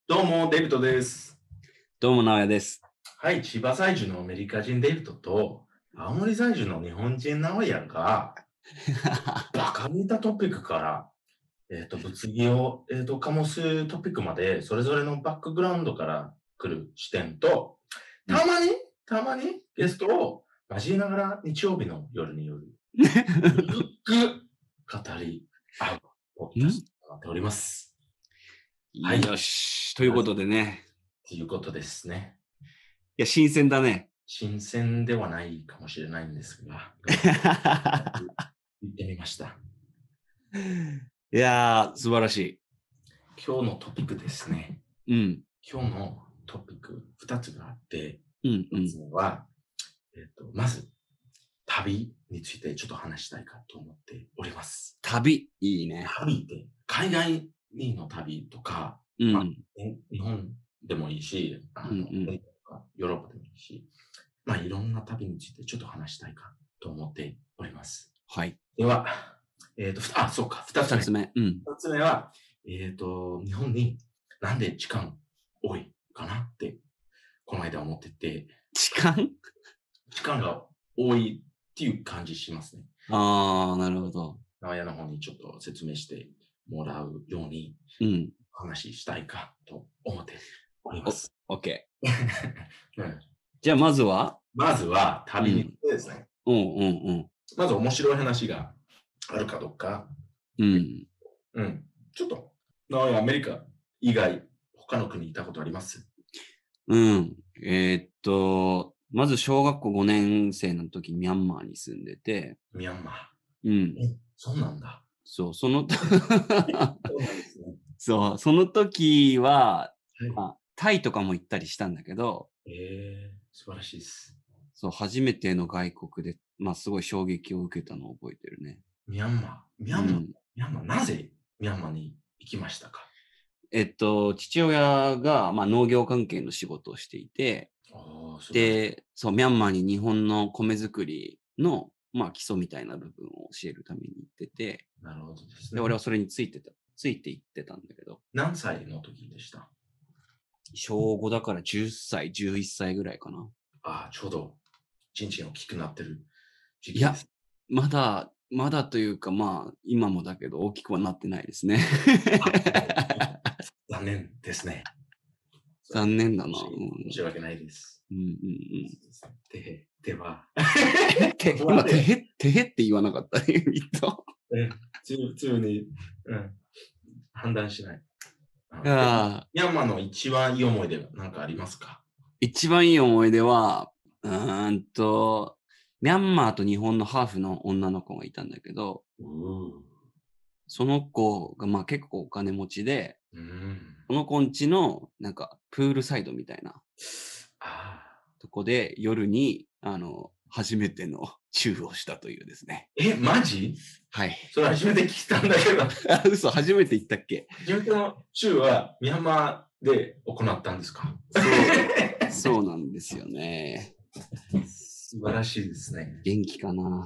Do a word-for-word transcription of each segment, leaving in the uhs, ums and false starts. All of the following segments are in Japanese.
どうも、デイビッドです。 どうも、直哉です。 はい、千葉在住のアメリカ人デイビッドと、青森在住の日本人直哉が、バカげたトピックから、えっ、と、物議を、えっ、と、醸すトピックまで、それぞれのバックグラウンドから来る視点と、たまに、たまにゲストを交えながら日曜日の夜に夜、ゆるく語り合うポッドキャストとなっております。 はい。よし。ということでね。 ということですね。 いや、新鮮だね。 新鮮ではないかもしれないんですが、言ってみました。 いやー、素晴らしい。 今日のトピックですね。 うん。 今日のトピックふたつがあって、 うんうん、 ひとつめは、えっと、まず、旅についてちょっと話したいかと思っております。 旅、いいね。 旅って、海外の旅とか、 うんまあ、日本でもいいし、あの、 うんうん、 ヨーロッパでもいいし、まあ、いろんな旅についてちょっと話したいかと思っております。 はい。 では、えっ、ー、と、あ、そうか、二つ目。 二つ目。うん。 二つ目は、えっ、ー、と、日本になんで時間多いかなって、この間思ってて。 時間時間が多いっていう感じしますね。 あー、なるほど。 直哉の方にちょっと説明してもらうように、 うん。 話したいかと思っております。 オッケー。うん、 じゃあ、まずはまずは、旅についてですね。 うん、うん、うんうんまず面白い話があるかどうか。 うん。 うん。ちょっと、アメリカ以外、他の国にいたことあります？ うん。えー、っと、まず小学校ごねん生の時、ミャンマーに住んでて。 ミャンマー。 うん。 え、そうなんだ。 そう、その、 そうなんですね。 そう、その時は、 はい、 まあ、タイとかも行ったりしたんだけど、 えー、素晴らしいです。 そう、初めての外国で、まあ、すごい衝撃を受けたのを覚えてるね。 ミャンマー、ミャンマー、うん、ミャンマー、なぜミャンマーに行きましたか？ えっと、父親が、まあ、農業関係の仕事をしていて、で、そう、ミャンマーに日本の米作りの、まあ、基礎みたいな部分を教えるために行ってて、 なるほどですね。で、俺はそれについてた、ついて行ってたんだけど。 何歳の時でした？ 小ごだからじゅっさい、じゅういっさいぐらいかな。 ああ、ちょうど、ちんちん大きくなってる時期です。いや、まだ、まだというか、まあ、今もだけど大きくはなってないですね。 残念ですね。 残念だな。 申し訳ないです。 うんうんうん。 で、では。 て、今、てへ、てへって言わなかったね、みっと。 普通に、うん、判断しない。 あミャンマーの一番いい思い出は何かありますか？ 一番いい思い出は、うーんと、ミャンマーと日本のハーフの女の子がいたんだけど、その子がまあ結構お金持ちで、うん、その子んちのなんかプールサイドみたいなとこで夜にあの初めてのチューをしたというですね。 え、マジ？ はい。 それ初めて聞いたんだけど。 あ、嘘、初めて言ったっけ？ 初めてのチューはミャンマーで行ったんですか？ そう、そうなんですよね。 素晴らしいですね。 元気かな。うん、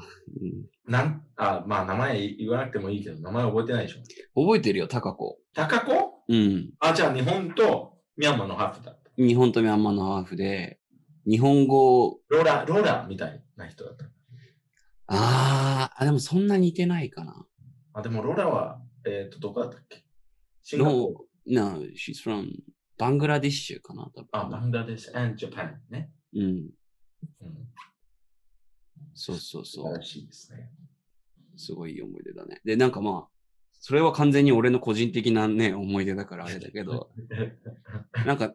なん、あ、まあ名前言わなくてもいいけど、名前覚えてないでしょ？ 覚えてるよ、タカコ。 タカコ？うん。あ、じゃあ日本とミャンマーのハーフだった。 日本とミャンマーのハーフで、日本語ローラ、ローラみたいな人だった。 ああ、でもそんな似てないかな。 あ、でもローラは、えっ、ー、と、どこだったっけ？ シンガポール。No, no, she's from バングラディッシュかな、多分。 あ、バングラディッシュ and Japan ね。うん。うん、 そうそうそう。 素晴らしいですね。 すごいいい思い出だね。で、なんかまあ、それは完全に俺の個人的なね、思い出だからあれだけど、なんか、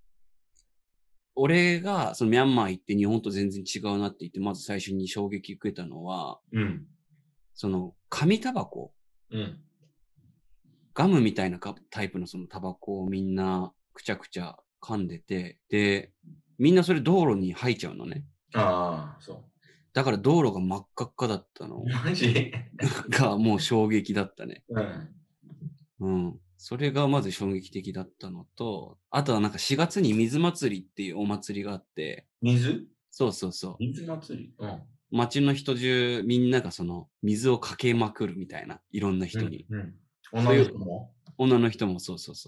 俺がそのミャンマー行って日本と全然違うなって言って、まず最初に衝撃受けたのは、うん、その紙タバコ、うん、ガムみたいなタイプのそのタバコをみんなくちゃくちゃ噛んでて、で、みんなそれ道路に吐いちゃうのね。 ああ、そう。 だから道路が真っ赤っかだったの。 マジがもう衝撃だったね。 うん。 うん。それがまず衝撃的だったのと、あとはなんかしがつに水祭りっていうお祭りがあって。 水？ そうそうそう。 水祭り？うん。 街の人中みんながその水をかけまくるみたいな、いろんな人に。 うんうん、女の人も？ 女の人もそうそうそう。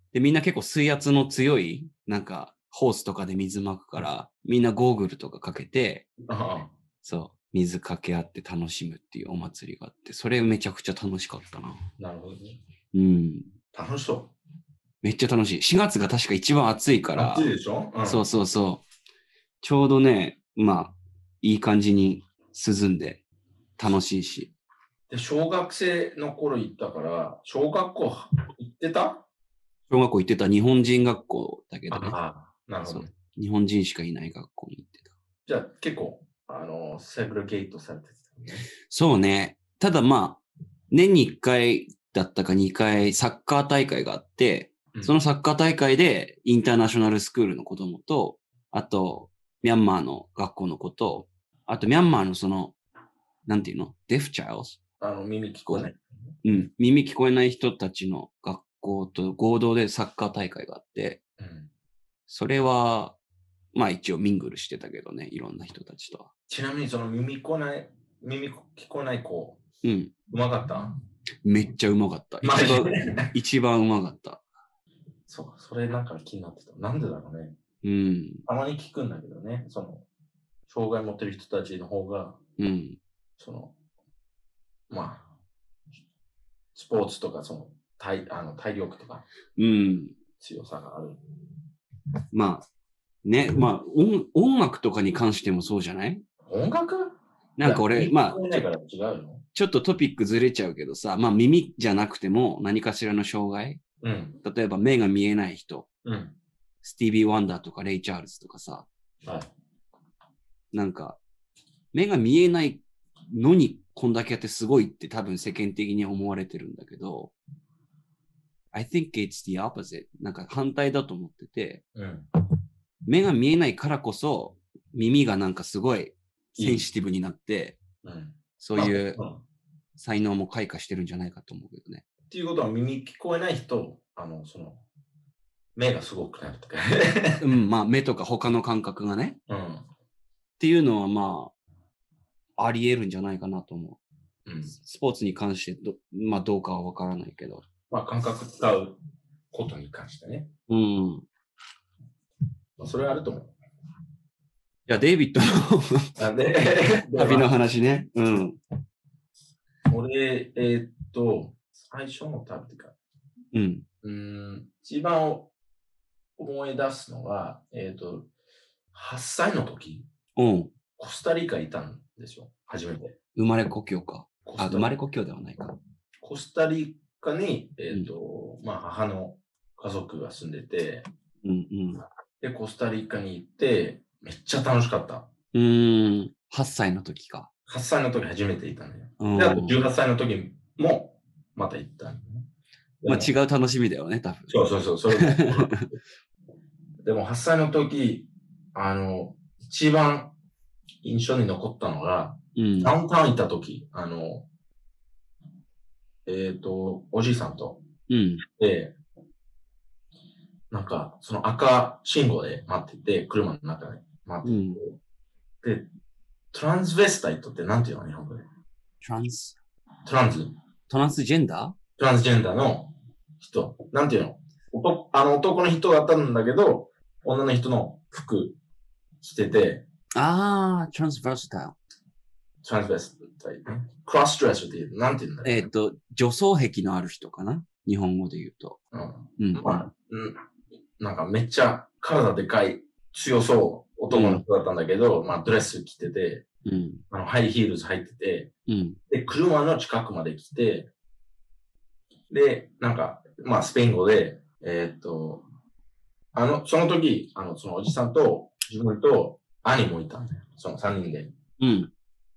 で、みんな結構水圧の強い、なんか、ホースとかで水まくから、みんなゴーグルとかかけて、 ああそう、水かけ合って楽しむっていうお祭りがあって、それめちゃくちゃ楽しかったな。 なるほどね。 うん。 楽しそめっちゃ楽しい。しがつが確か一番暑いかう。 ら、 暑いでしょ、うん、 そうそうそう。ちょうどね、まあ、いい感じに涼んで楽しいし。 で、小学生の頃行ったから、小学校行ってた小学校行ってた日本人学校だけどね。 ああ、なるほど、ね。 日本人しかいない学校に行ってた。 じゃあ結構、あの、セグレゲートされてた、ね。 そうね。ただまあ、年にいっかいだったかにかいサッカー大会があって、うん、そのサッカー大会でインターナショナルスクールの子供と、あと、ミャンマーの学校の子と、あとミャンマーのその、なんていうのデフチャイルズあの、耳聞こえない。 うん。耳聞こえない人たちの学校と合同でサッカー大会があって、うん、それは、まあ一応ミングルしてたけどね、いろんな人たちとは。 ちなみにその耳聞こえない、耳聞こえない子、 うん。 うまかった？ めっちゃうまかった。一番、一番うまかった。 そう、それなんか気になってた。なんでだろうね。 うん。 たまに聞くんだけどね、その、障害持ってる人たちの方が、 うん。 その、まあ、スポーツとか、その、体、あの、体力とか、 うん。 強さがある。 まあ、ね、まあ音、音楽とかに関してもそうじゃない？ 音楽？ なんか俺、まあ、ちょっとトピックずれちゃうけどさ、まあ耳じゃなくても何かしらの障害、 うん、 例えば目が見えない人、 うん、 スティービー・ワンダーとかレイ・チャールズとかさ、 はい、 なんか、目が見えないのにこんだけやってすごいって多分世間的に思われてるんだけど、I think it's the opposite. なんか反対だと思ってて、 うん、 目が見えないからこそ耳がなんかすごいセンシティブになって、 いいうん、 そういう才能も開花してるんじゃないかと思うけどね。 っていうことは耳聞こえない人、あの、その、目がすごくなるとか。 うん、まあ目とか他の感覚がね。 うん。 っていうのはまあ、あり得るんじゃないかなと思う。 うん、 スポーツに関してど、まあどうかはわからないけど。 まあ感覚使うことに関してね。 うん。 まあ、それはあると思う。 いや、デイビッドの旅の話ね。うん。 俺、えー、っと、最初の旅っていうか、 うん。 うん、一番思い出すのは、えー、っと、はっさいの時、 うん。 コスタリカいたんですよ、初めて。 生まれ故郷か。あ、生まれ故郷ではないか。 コスタリカに、えー、っと、うん、まあ、母の家族が住んでて、 うんうん。 で、コスタリカに行って、めっちゃ楽しかった。 うーん、はっさいの時か。 はっさいの時初めて行ったんだよ。で、あとじゅうはっさいの時もまた行ったんだよね。 まあ違う楽しみだよね、多分。 そうそうそう。それでもはっさいの時、あの、一番印象に残ったのが、うん、ダウンタウン行った時、あの、えっ、ー、と、おじいさんと、 うん、 で、なんか、その赤信号で待ってて、車の中で待ってて、うん、で、トランスベスタイトってなんていうの日本語で。 トランストランストランスジェンダートランスジェンダーの人。なんていうのおあの男の人だったんだけど、女の人の服着てて。 ああ、トランスバースタイル。 トランスベスタイル。クロスドレスっていう、なんていうんだろう、 ね。えっ、ー、と、女装癖のある人かな日本語で言うと。 うん。うん、まあ、うん、なんかめっちゃ体でかい、強そう男の人だったんだけど、うん、まあドレス着てて、うん、あのハイヒールズ入ってて、うん、で、車の近くまで来て、で、なんか、まあスペイン語で、えー、っと、あの、その時、あの、そのおじさんと自分と兄もいたんだよ。そのさんにんで。うん。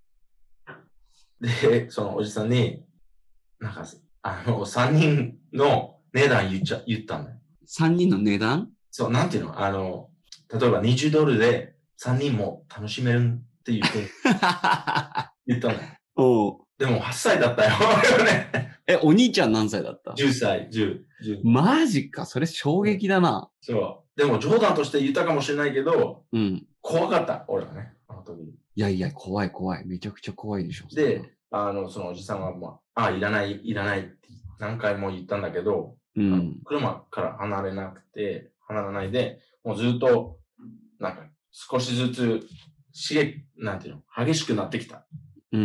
で、そのおじさんに、なんか、あの、さんにんの値段言っちゃ、言ったんだよ。 さんにんの値段？ そう、なんていうのあの、例えばにじゅうドルでさんにんも楽しめるっていうふうに言ったの。おでもはっさいだったよ。 え、お兄ちゃん何歳だった？ じゅっ 歳、じゅう、じゅう。 マジか、それ衝撃だな。 そう。でも冗談として言ったかもしれないけど、うん。怖かった、俺はね、あの時。 いやいや、怖い怖い。めちゃくちゃ怖いでしょ。 で、あの、そのおじさんは、まあ、あ、いらない、いらないって何回も言ったんだけど、 うん、 車から離れなくて、離れないで、もうずっと、なんか、少しずつ、刺激、なんていうの、激しくなってきた。 うん、うん。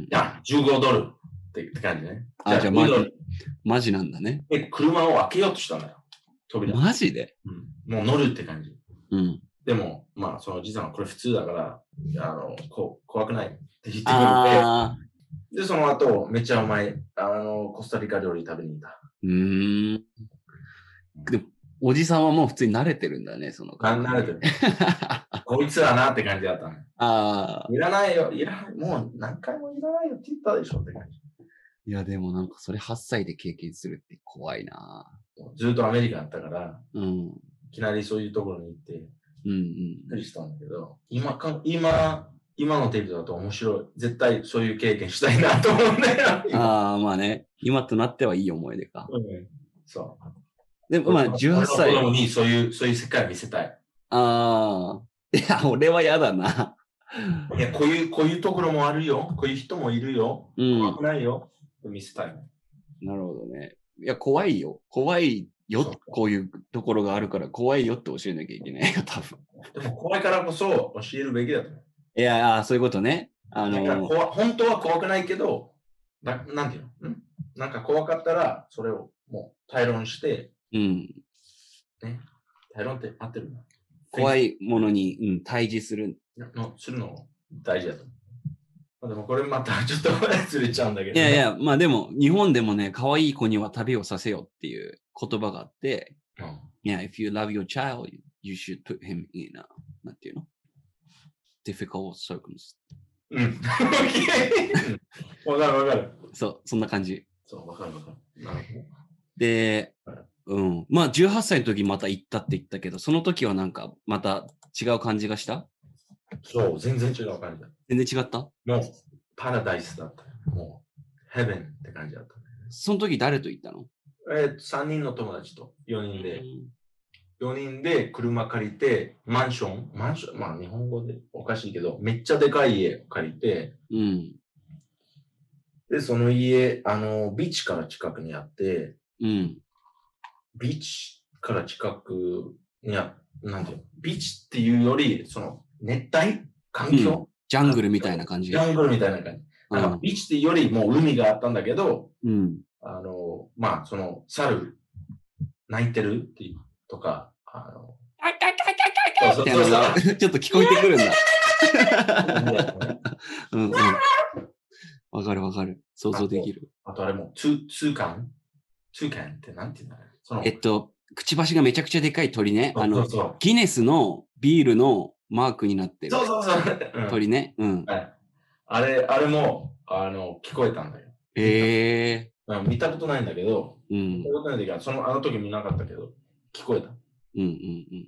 いや、じゅうごドルってって感じね。 あ、じゃあ、ま、 じゅうドル。 マジなんだね。 で、車を開けようとしたんだよ。扉。 マジでうん。もう乗るって感じ。 うん。 でも、まあ、そのじいさんはこれ普通だから、あの、こ怖くないって言ってくれて、 あで、その後、めっちゃうまい、あの、コスタリカ料理食べに行った。 ー。うーん。で、おじさんはもう普通に慣れてるんだね、その感じ。 慣れてる。こいつらなって感じだったね。 ああ。 いらないよ、いらない。もう何回もいらないよって言ったでしょって感じ。 いや、でもなんかそれはっさいで経験するって怖いな。 ずっとアメリカだったから、 うん。 いきなりそういうところに行って、 うんうん。 びっくりしたんだけど、今か、今、今のテレビだと面白い。絶対そういう経験したいなと思うんだよ。 ああ、まあね。今となってはいい思い出か。 うん、そう。 でもまあ、じゅうはっさい。 俺の子供にそういう、そういう世界を見せたい。 ああ。いや、俺は嫌だな。 いや、こういう、こういうところもあるよ。こういう人もいるよ。 うん。 怖くないよ。見せたい。 なるほどね。いや、怖いよ。怖いよ。こういうところがあるから怖いよって教えなきゃいけないよ、多分。 でも怖いからこそ教えるべきだと思う。 いや、そういうことね。あのー、 怖本当は怖くないけど、ななんていうのんなんか怖かったら、それをもう対論して、 うん。 ね。対論って合ってるの怖いものに、うん、対峙する。 のするの大事だと思う。まあ、でもこれまたちょっとずれちゃうんだけど、 ね。いやいや、まあでも、日本でもね、可愛い子には旅をさせよっていう言葉があって、うん、いや、if you love your child, you should put him in a, なんていうの difficult circumstances. うん。わかるわかる。 そう、そんな感じ。 そう、わかるわかる。なるほど。 で、うん。まあ、じゅうはっさいの時また行ったって言ったけど、その時はなんか、また違う感じがした？ そう、全然違う感じだ。 全然違った？ もう、パラダイスだった。もう、ヘブンって感じだった、ね。 その時誰と行ったの？ えー、さんにんの友達とよにんで、よにんで車借りて、マンション、マンション、まあ日本語でおかしいけど、めっちゃでかい家を借りて、 うん、 で、その家、あの、ビーチから近くにあって、 うん、 ビーチから近くにあ、なんていうの、ビーチっていうより、その、熱帯環境、うん、 ジャングルみたいな感じ。 ジャングルみたいな感じ。なんかビーチっていうよりもう海があったんだけど、うん、あの、まあ、その、猿、泣いてるっていう。とか、あの、 そうそうそうちょっと聞こえてくるんだ。うんうん。わかるわかる。想像できる。 あとあれも、ツーカンツーカンってなんて言うんだろう。そのえっと、くちばしがめちゃくちゃでかい鳥ね。あの、 そうそうギネスのビールのマークになってる。 そうそうそう。 うん、鳥ね。うん、 はい。あれ、あれも、あの、聞こえたんだよ。 へえー。見たことないんだけど、 うん、 見たことないんだけど、その、あの時見なかったけど、聞こえた。 うんうんうん。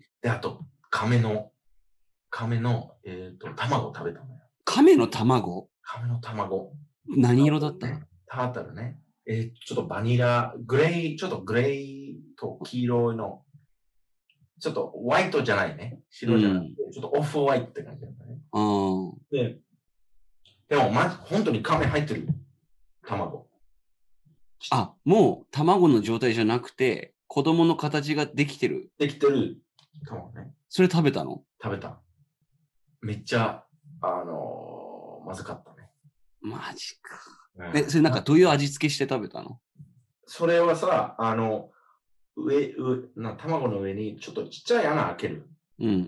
で、あと、亀の、亀の、えっ、ー、と、卵を食べたんだよ。 亀の卵？ 亀の卵。 何色だったの？ タータルね。えー、ちょっとバニラ、グレー、ちょっとグレーと黄色の、ちょっとホワイトじゃないね。白じゃなくて、うん、ちょっとオフホワイトって感じなんだね。で、でも、まじ、本当に亀入ってる。卵。 あ、もう卵の状態じゃなくて、子供の形ができてる。 できてる。卵ね。 それ食べたの？ 食べた。めっちゃ、あのー、まずかったね。 マジか。うん、え、それなんかどういう味付けして食べたの？それはさ、あの、上、上、な卵の上にちょっとちっちゃい穴開ける。 うんうんうん。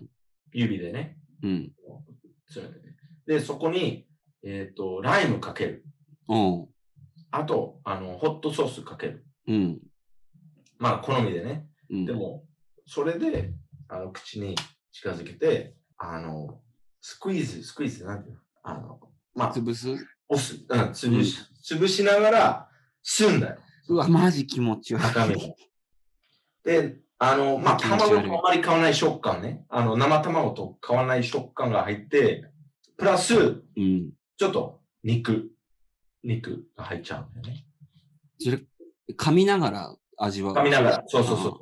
指でね。 うん。 で、そこに、えっ、ー、と、ライムかける。 うん。 あと、あの、ホットソースかける。 うん。 まあ、好みでね。 うん、 でも、それで、あの、口に近づけて、あの、スクイーズ、スクイーズなんていうのあの、まあ、 潰す押す。うん、潰し、うん、潰しながら、吸うんだよ。 うわ、マジ気持ち悪い。 で、あの、まあ、卵とあまり変わらない食感ね。あの、生卵と変わらない食感が入って、プラス、うん、ちょっと肉、肉が入っちゃうんだよね。 それ、噛みながら味は。 噛みながら。そうそうそう。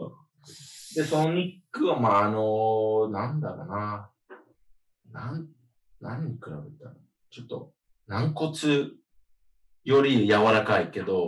で、その肉は、まあ、あの、なんだろうな。なん、何に比べたら、ちょっと、軟骨より柔らかいけど、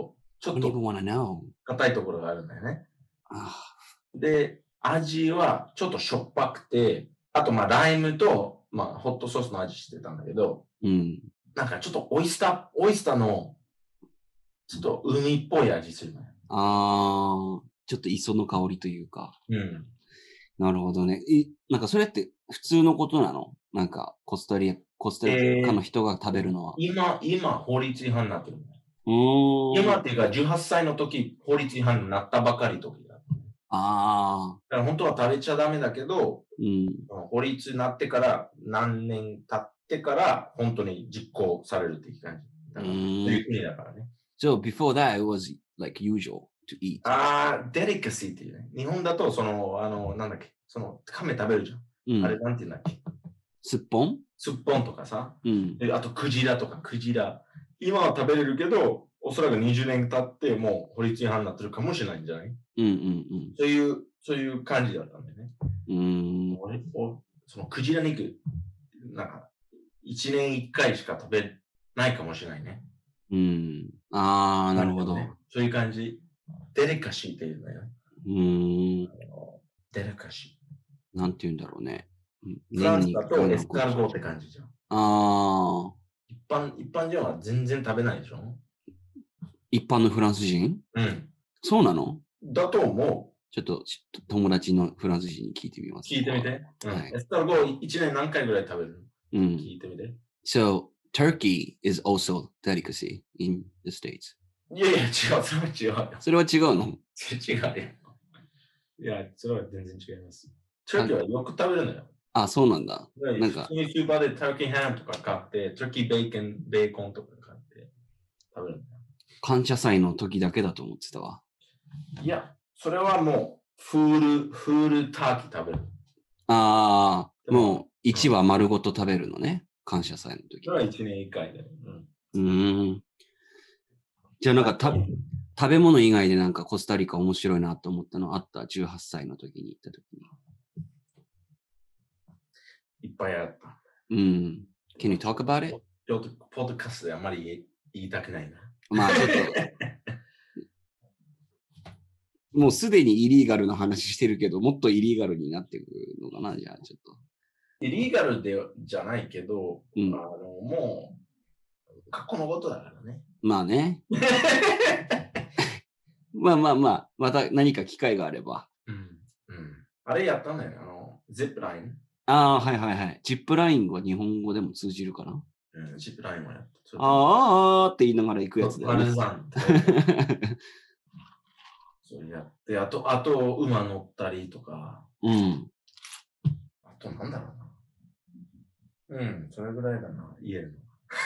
ちょっ I don't even と wanna know. 硬いところがあるんだよね。 あで、味はちょっとしょっぱくて、あとまあライムと、まあホットソースの味してたんだけど、 うん。 なんかちょっとオイスター、オイスターの、ちょっと海っぽい味するのよ。 ああ、ちょっと磯の香りというか。 うん。 なるほどね。い、なんかそれって普通のことなの？なんかコスタリア、コスタリカの人が食べるのは。 今、今、法律違反になってるの。 うーん。 今っていうか、じゅうはっさいの時、法律違反になったばかり時だ。 ああ。 だから本当は食べちゃダメだけど、 うん。 法律になってから何年経ってから本当に実行されるっていう感じ。だからそういう国だからね。 So before that, it was like usual to eat. ああ、デリカシーっていうね。日本だと、その、あの、なんだっけ、その、亀食べるじゃん。 うん、 あれなんて言うんだっけ。 すっぽんすっぽんとかさ。 うん。 であと、クジラとか、クジラ。今は食べれるけど、おそらくにじゅうねん経ってもう法律違反になってるかもしれないんじゃない？ うんうんうん。 そういう、そういう感じだったんだよね。 うーん。 俺おそのクジラ肉、なんか、いちねんいっかいしか食べないかもしれないね。 うん。ああ、なるほど。 ね、そういう感じ。デリカシーっていうのよ。 うーん。 デリカシー。なんて言うんだろうね。 フランスだとエスカルゴって感じじゃん。 ああ。 一般、一般人は全然食べないでしょ？ 一般のフランス人？ うん。 そうなの？ だと思う。 ちょっと友達のフランス人に聞いてみます。 聞いてみて。うんはい、 エスカルゴいちねん何回ぐらい食べる？うん。聞いてみて。 So, turkey is also delicacy in the States. いやいや、違う。それは違う。 それは違うの？ 違うよ。いや、それは全然違います。トルキーはよく食べるのよ。 あ、そうなんだ。 なんか、普通にスーパーでトルキーハムとか買って、トルキーベーコン、ベーコンとか買って食べるのよ。感謝祭の時だけだと思ってたわ。 いや、それはもう、フール、フールターキー食べる。 ああ、もういち羽丸ごと食べるのね。感謝祭の時。 それはいちねんいっかいで。 うん。うん。じゃあなんかた、食べ物以外でなんかコスタリカ面白いなと思ったのあった？じゅうはっさいの時に行った時に。いっぱいあった。うん。Can you talk about it? ちょっとポッドキャストであまり言いたくないな。 まあちょっと。もうすでにイリーガルの話してるけど、もっとイリーガルになってくるのかな、じゃあちょっと。 イリーガルでじゃないけど、 うん、 あのもう過去のことだからね。 まあね。まあまあまあ、また何か機会があれば。 うんうん、あれやったんだよね、あの、ジップライン。 ああ、はいはいはい。ジップラインは日本語でも通じるかな？うん、 ジップラインはやった。 ああって言いながら行くやつだよね。 そうやって、あと、あと、馬乗ったりとか。 うん。 あと、なんだろうな。うん、それぐらいだな、言える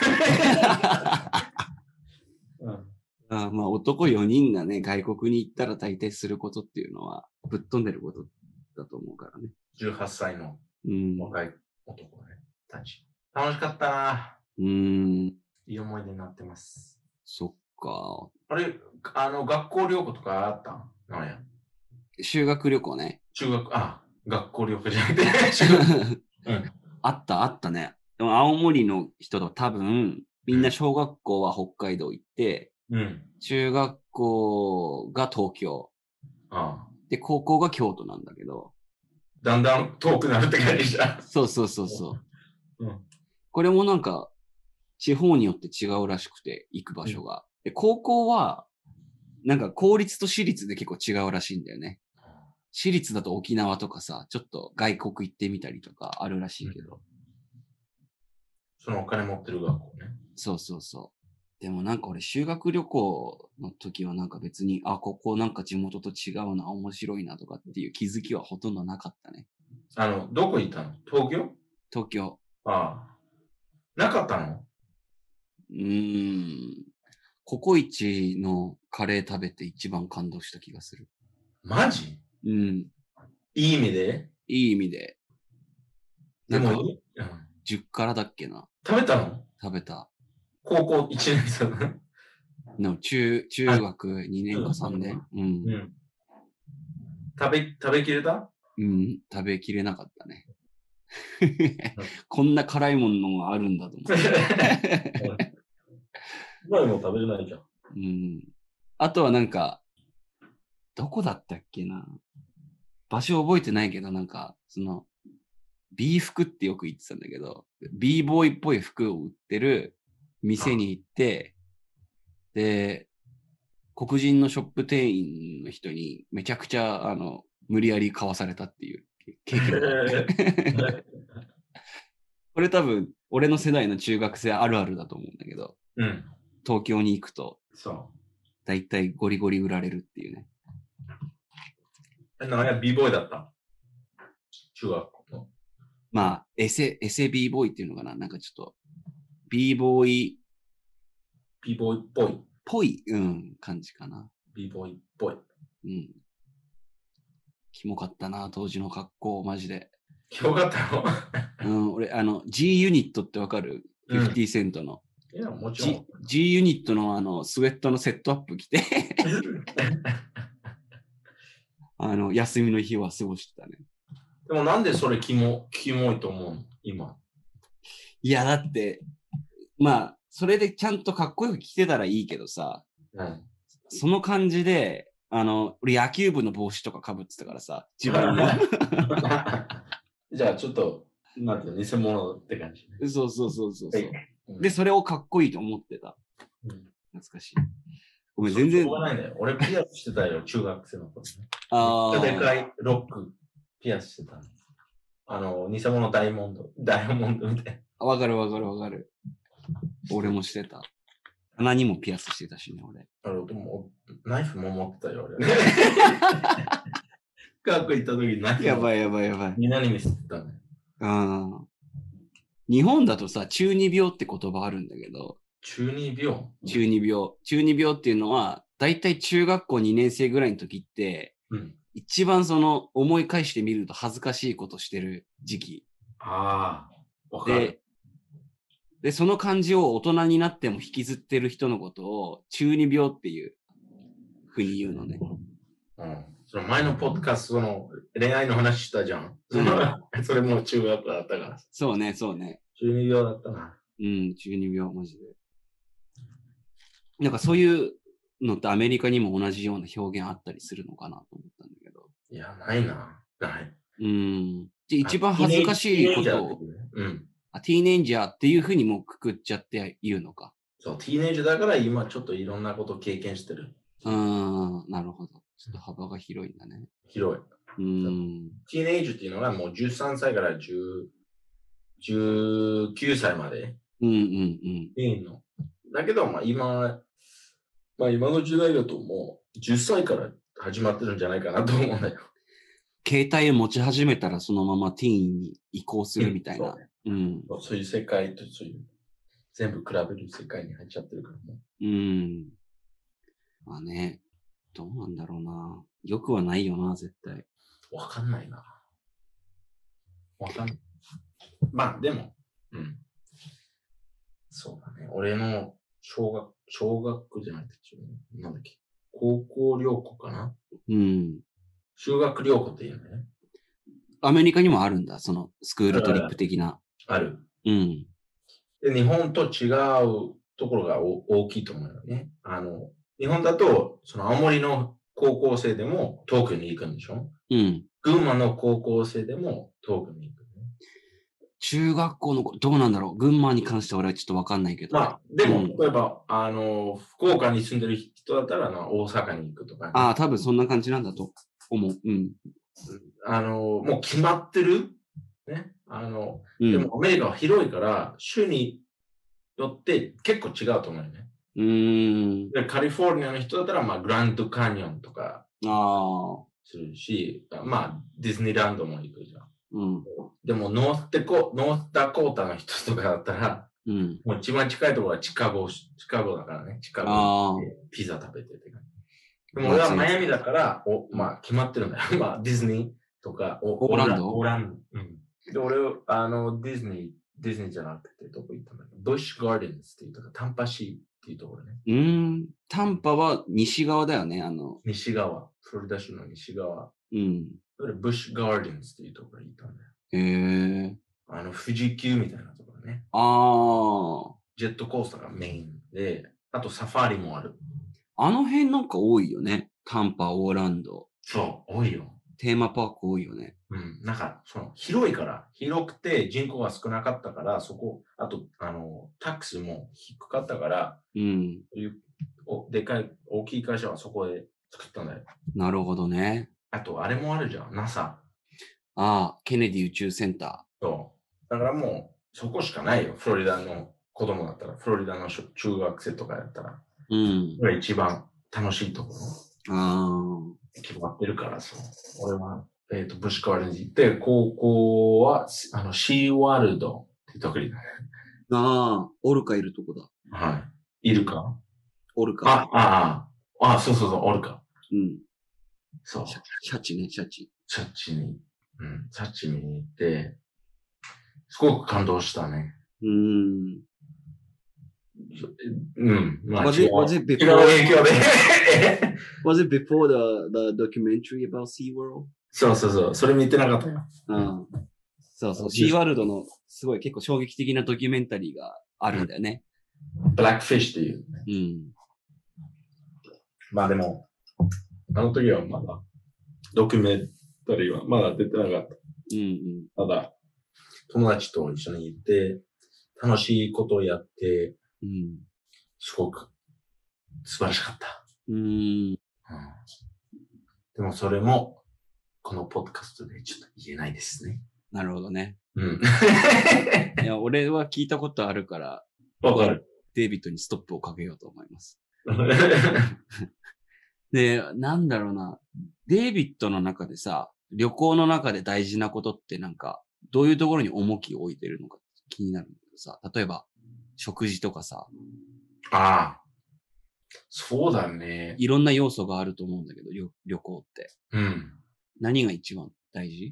の。うんあまあ男よにんがね、外国に行ったら大抵することっていうのは、ぶっ飛んでることだと思うからね。 じゅうはっさいの若い男ね、たち。楽しかったな。うん。いい思い出になってます。 そっか。 あれ、あの、学校旅行とかあったん？なんや。 修学旅行ね。 中学、あ、学校旅行じゃなくて、修学、うん。 あった、あったね。でも青森の人と多分、みんな小学校は北海道行って、うん、中学校が東京。ああで、高校が京都なんだけど。 だんだん遠くなるって感じじゃん。 そうそうそうそう、うん。これもなんか、地方によって違うらしくて、行く場所が。うん、で、高校は、なんか公立と私立で結構違うらしいんだよね。私立だと沖縄とかさ、ちょっと外国行ってみたりとかあるらしいけど。うん、 そのお金持ってる学校ね。 そうそうそう。でもなんか俺修学旅行の時はなんか別に、あ、ここなんか地元と違うな、面白いなとかっていう気づきはほとんどなかったね。 あの、どこ行ったの？東京？ 東京。 ああ。なかったの？ うーん。ココイチのカレー食べて一番感動した気がする。 マジ？うん。いい意味で？ いい意味で。なんか、じゅっからだっけな。 食べたの？ 食べた。 高校いちねん生の中、中学にねんかさんねん。うん。うん。 食べ、食べきれた？ うん、食べきれなかったね。こんな辛いものがあるんだと思って。 今でも食べれないじゃん。 うん。 あとはなんか、どこだったっけな。場所覚えてないけど、なんか、その、B 服ってよく言ってたんだけど、B ボーイっぽい服を売ってる店に行って、で、黒人のショップ店員の人にめちゃくちゃ、あの、無理やり買わされたっていう経験があって。これ多分、俺の世代の中学生あるあるだと思うんだけど、 うん。 東京に行くと、 そう。 だいたいゴリゴリ売られるっていうね。 え、なんや、b ボーイだった中学校の。 まあ、エセ、エセ B ボーイっていうのかな。なんかちょっと、B ボーイ b ボーイっぽい。 っぽい、うん、感じかな。 b ボーイっぽい。 うん。キモかったな、当時の格好、マジで。 キモかったのうん、俺、あの、G ユニットってわかる？ うん、 フィフティー セントの。 いや、もちろん。 G, G ユニットのあの、スウェットのセットアップ着て、あの、休みの日は過ごしてたね。 でもなんでそれキモ、キモいと思うの今。 いや、だって、まあ、それでちゃんとかっこよく着てたらいいけどさ、 うん、 その感じで、あの、俺野球部の帽子とか被ってたからさ、自分も。 じゃあちょっと、なんていうの、偽物って感じ、 ね。そうそうそうそうそう、 うん。 で、それをかっこいいと思ってた。うん、懐かしい。ごめん、全然。 しょうがないんだよ。俺ピアスしてたよ、中学生の頃、ね。 ああ。 でかいロック、ピアスしてた。あの、偽物ダイヤモンド、ダイヤモンドみたいな。わかるわかるわかる。俺もしてた。鼻にもピアスしてたしね、俺。 あれ、でも、ナイフも持ってたよ、俺。学校行った時ナイフ。 やばいやばいやばい。 みんなに見せてたね。 ああ。日本だとさ、中二病って言葉あるんだけど。 中二病中二病。中二病っていうのは、だいたい中学校にねん生ぐらいの時って、うん、一番その思い返してみると恥ずかしいことしてる時期。 ああ、わかる。 で、で、その感じを大人になっても引きずってる人のことを中二病っていうふうに言うのね。 うん。その前のポッドキャストの恋愛の話したじゃん。うん、それも中学だったから。 そうね、そうね。 中二病だったな。 うん、中二病、マジで。なんかそういうのってアメリカにも同じような表現あったりするのかなと思ったんだけど。 いや、ないな。ない。 うん。で、一番恥ずかしいことを、うん。あ、ティーネイジャーっていうふうにもくくっちゃって言うのか。 そう、ティーネイジャーだから今ちょっといろんなことを経験してる。 うん、なるほど。ちょっと幅が広いんだね。 広い。 うん。 ティーネイジャーっていうのがもうじゅうさんさいからじゅう、じゅうきゅうさいまで。 うんうんうん。 いいの。だけど、まあ今、まあ今の時代だともうじゅっさいから始まってるんじゃないかなと思うんだよ。 携帯を持ち始めたらそのままティーンに移行するみたいな。 うん。そう、そういう世界とそういう全部比べる世界に入っちゃってるからね。 うん。まあね、どうなんだろうな。よくはないよな、絶対。 わかんないな。わかんない。まあでも、うん。そうだね。俺の小学、小学じゃなくて、なんだっけ。高校旅行かな。 うん。 修学旅行っていうね。 アメリカにもあるんだ、そのスクールトリップ的な。 ある。 うん。 で、日本と違うところが大きいと思うよね。あの、日本だと、その青森の高校生でも東京に行くんでしょ？ うん。 群馬の高校生でも東京に行く、ね。 中学校の、どうなんだろう。群馬に関しては俺はちょっとわかんないけど。 まあ、でも、うん、例えば、あの、福岡に住んでる人だったらな、大阪に行くとか、ね。 ああ、多分そんな感じなんだと思う。うん。 あの、もう決まってる。ね。あの、うん、でもアメリカは広いから、州によって結構違うと思うよね。 うーん。 でカリフォルニアの人だったら、まあ、グランドカニオンとか、 ああ。 するし、まあ、ディズニーランドも行くじゃん。 うん。 でもノーステコ、ノースダコータの人とかだったら、 うん、 もう一番近いところはシカゴ、シカゴだからね。シカゴでピザ食べてって感じ。でも俺はマイアミだから、お、まあ決まってるんだよ。まあディズニーとか、 オーランドオーランド。うん。で、俺、あの、ディズニー、ディズニーじゃなくて、どこ行ったんだっけ？ブッシュガーデンズっていうとか、タンパシーっていうところね。 うん。タンパは西側だよね、あの。 西側。フロリダ州の西側。 うん。 それブッシュガーデンズっていうところに行ったんだよ。 へえ。 あの、富士急みたいなところね。 ああ。 ジェットコースターがメインで、あとサファリもある。 あの辺なんか多いよね。タンパ、オーランド。 そう、多いよ。 テーマパーク多いよね。 うん。なんか、その、広いから、広くて人口が少なかったから、そこ、あと、あの、タックスも低かったから、 うん。 そういうおでかい、大きい会社はそこで作ったんだよ。 なるほどね。 あと、あれもあるじゃん、ナサ。 ああ、ケネディ宇宙センタそう。だからもう、そこしかないよ。フロリダの子供だったら、フロリダの中学生とかやったら。 ー。うん。 これが一番楽しいところ。 ああ。 決まってるから、そう。俺は、えっ、と、ブシカワルに行って、高校は、あの、シーワールドってとこにだね。 ああ、オルカいるとこだ。 はい。いるかオルカ。 あ、ああ、あ、そうそうそう、おるか。 うん。 そう。 シャシャチね、シャチ。 シャチに、うん、シャチ見に行って、すごく感動したね。 うーん。 うん。まあ、 Was 違 it, う was it 違う before, 影響で。 was it before the, the documentary about SeaWorld? そうそうそう。それ見てなかったよ。 うん。そうそう。シーワールドのすごい結構衝撃的なドキュメンタリーがあるんだよね。 ブラックフィッシュっていう、ね。 うん。 まあでも、あの時はまだ、ドキュメンタリーはまだ出てなかった。 うんうん。 ただ、友達と一緒に行って、楽しいことをやって、 うん、 すごく素晴らしかった。 うーん。 うん、でもそれも、このポッドキャストでちょっと言えないですね。 なるほどね。 うん。 いや、俺は聞いたことあるから、 わかる。 デイビッドにストップをかけようと思います。で、なんだろうな。デイビッドの中でさ、旅行の中で大事なことってなんか、どういうところに重きを置いてるのか気になるんだけどさ、例えば、食事とかさ。 ああ。そうだね。 いろんな要素があると思うんだけど、旅旅行って。 うん。 何が一番大事？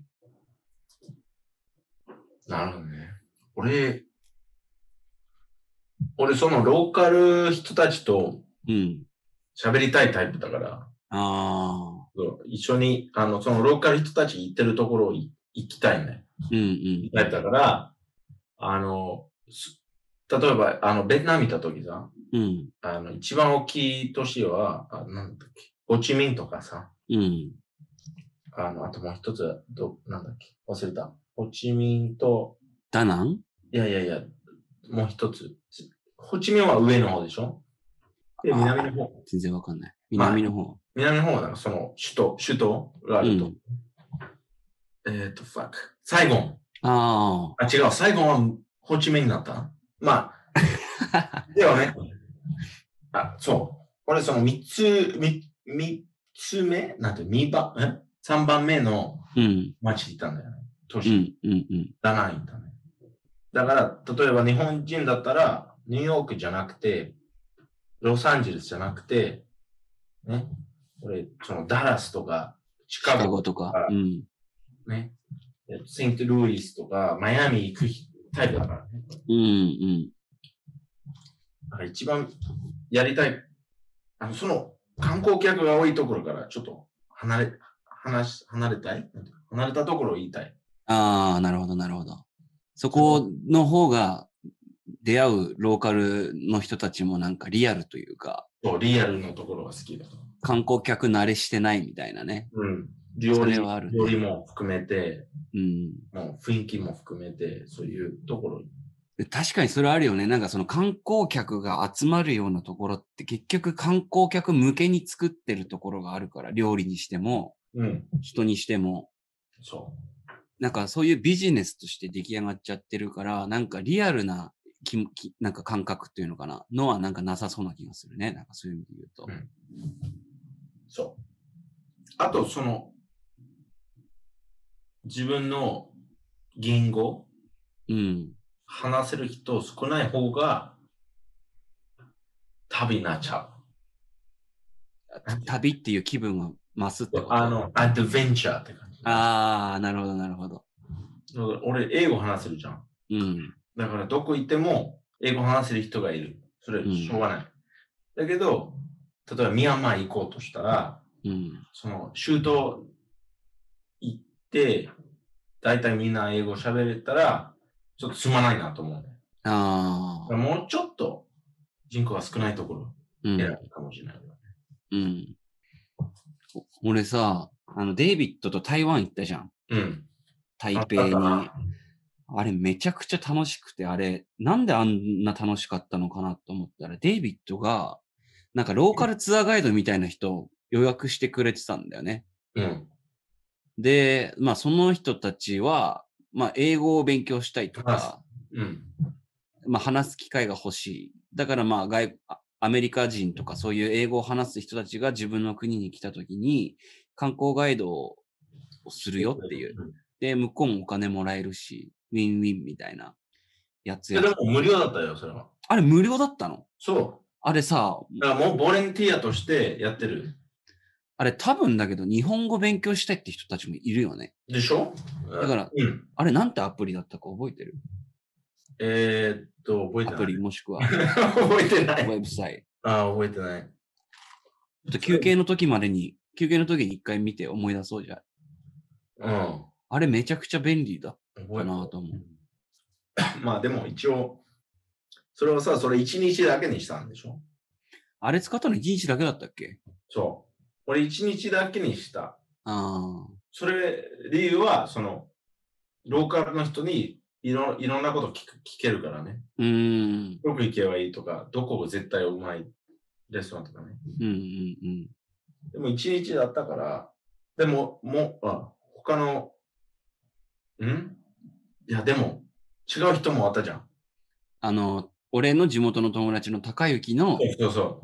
なるほどね。俺、俺そのローカル人たちと喋りたいタイプだから、 うん、あ一緒に、あの、そのローカル人たち行ってるところを行きたいね。 うんうん。 だから、あの、例えば、あの、ベトナム行った時さ、 うん、 あの、一番大きい都市は、あなんだっけ、ホチミンとかさ、 うん、 あの、あともう一つ、ど、なんだっけ、忘れた。ホチミンと、 ダナン？ いやいやいや、もう一つ。ホチミンは上の方でしょ？で、南の方。 全然わかんない。南の方。まあ、 南の方はなんかその首都、首都があると。うん、えっ、ー、と、ファック。サイゴン。 ああ。あ、違う。サイゴンはホチミンになった？まあ。ではね。あ、そう。これその三つ、三、三つ目なんて、二番、え三番目の町にいたんだよね。都市。 うん、うん、うん。 ダナン行ったね。だから、例えば日本人だったら、ニューヨークじゃなくて、ロサンゼルスじゃなくて、ね。これ、そのダラスとか、シカゴとか、 うん、 ね。セントルイスとか、マイアミ行くタイプだからね。 うん、うん。 だから一番やりたい。あの、その観光客が多いところからちょっと離れ、離し、離れたい離れたところを言いたい。 ああ、なるほど、なるほど。そこの方が出会うローカルの人たちもなんかリアルというか。 そう、リアルのところが好きだ。 観光客慣れしてないみたいなね。 うん。料理、はあるね、料理も含めて、うん。もう雰囲気も含めて、そういうところに。 確かにそれあるよね。なんかその観光客が集まるようなところって結局観光客向けに作ってるところがあるから、料理にしても、うん、人にしても。そう。なんかそういうビジネスとして出来上がっちゃってるから、なんかリアルなききなんか感覚っていうのかなのはなんかなさそうな気がするね。なんかそういう意味で言うと。うん、 そう。あとその、自分の言語、うん。話せる人少ない方が旅になっちゃう。旅っていう気分が増すってこと？ あの、アドベンチャーって感じ。 ああ、なるほど、なるほど。 俺、英語話せるじゃん。うん。だから、どこ行っても、英語話せる人がいる。それ、しょうがない。うん、だけど、例えば、ミャンマー行こうとしたら、うん、その、州都行って、だいたいみんな英語喋れたら、ちょっとすまないなと思うね。ああ。もうちょっと人口が少ないところ選ぶかもしれない、うん。 うん。俺さ、あの、デイビッドと台湾行ったじゃん。 うん。 台北に。あれめちゃくちゃ楽しくて、あれ、なんであんな楽しかったのかなと思ったら、デイビッドが、なんかローカルツアーガイドみたいな人を予約してくれてたんだよね。 うん。 で、まあその人たちは、まあ英語を勉強したいとか、 うん。 まあ話す機会が欲しい。だからまあ外、アメリカ人とかそういう英語を話す人たちが自分の国に来た時に観光ガイドをするよっていう。で、向こうもお金もらえるし、ウィンウィンみたいなやつや。 でも無料だったよ、それは。 あれ無料だったの？ そう。 あれさ、 だからもうボランティアとしてやってる。 あれ多分だけど日本語勉強したいって人たちもいるよね。 でしょ？ だから、 うん、 あれなんてアプリだったか覚えてる？ えー、っと、覚えてない。 アプリもしくは覚えてない。 ウェブサイト。ああ、覚えてない。 ちょっと休憩の時までに、休憩の時に一回見て思い出そうじゃん。 うん。 あれめちゃくちゃ便利だかなと思う。 まあでも一応、それをさ、それ一日だけにしたんでしょ？ あれ使ったの一日だけだったっけ？ そう。俺一日だけにした。 ああ。 それ、理由は、その、ローカルの人にいろいろんなこと聞く聞けるからね。 うーん。 どこ行けばいいとか、どこが絶対うまいレストランとかね。 うんうんうん。 でも一日だったから、でも、もう、あ、他の、んいや、でも、違う人もあったじゃん。 あの、俺の地元の友達の高幸の、 そうそう。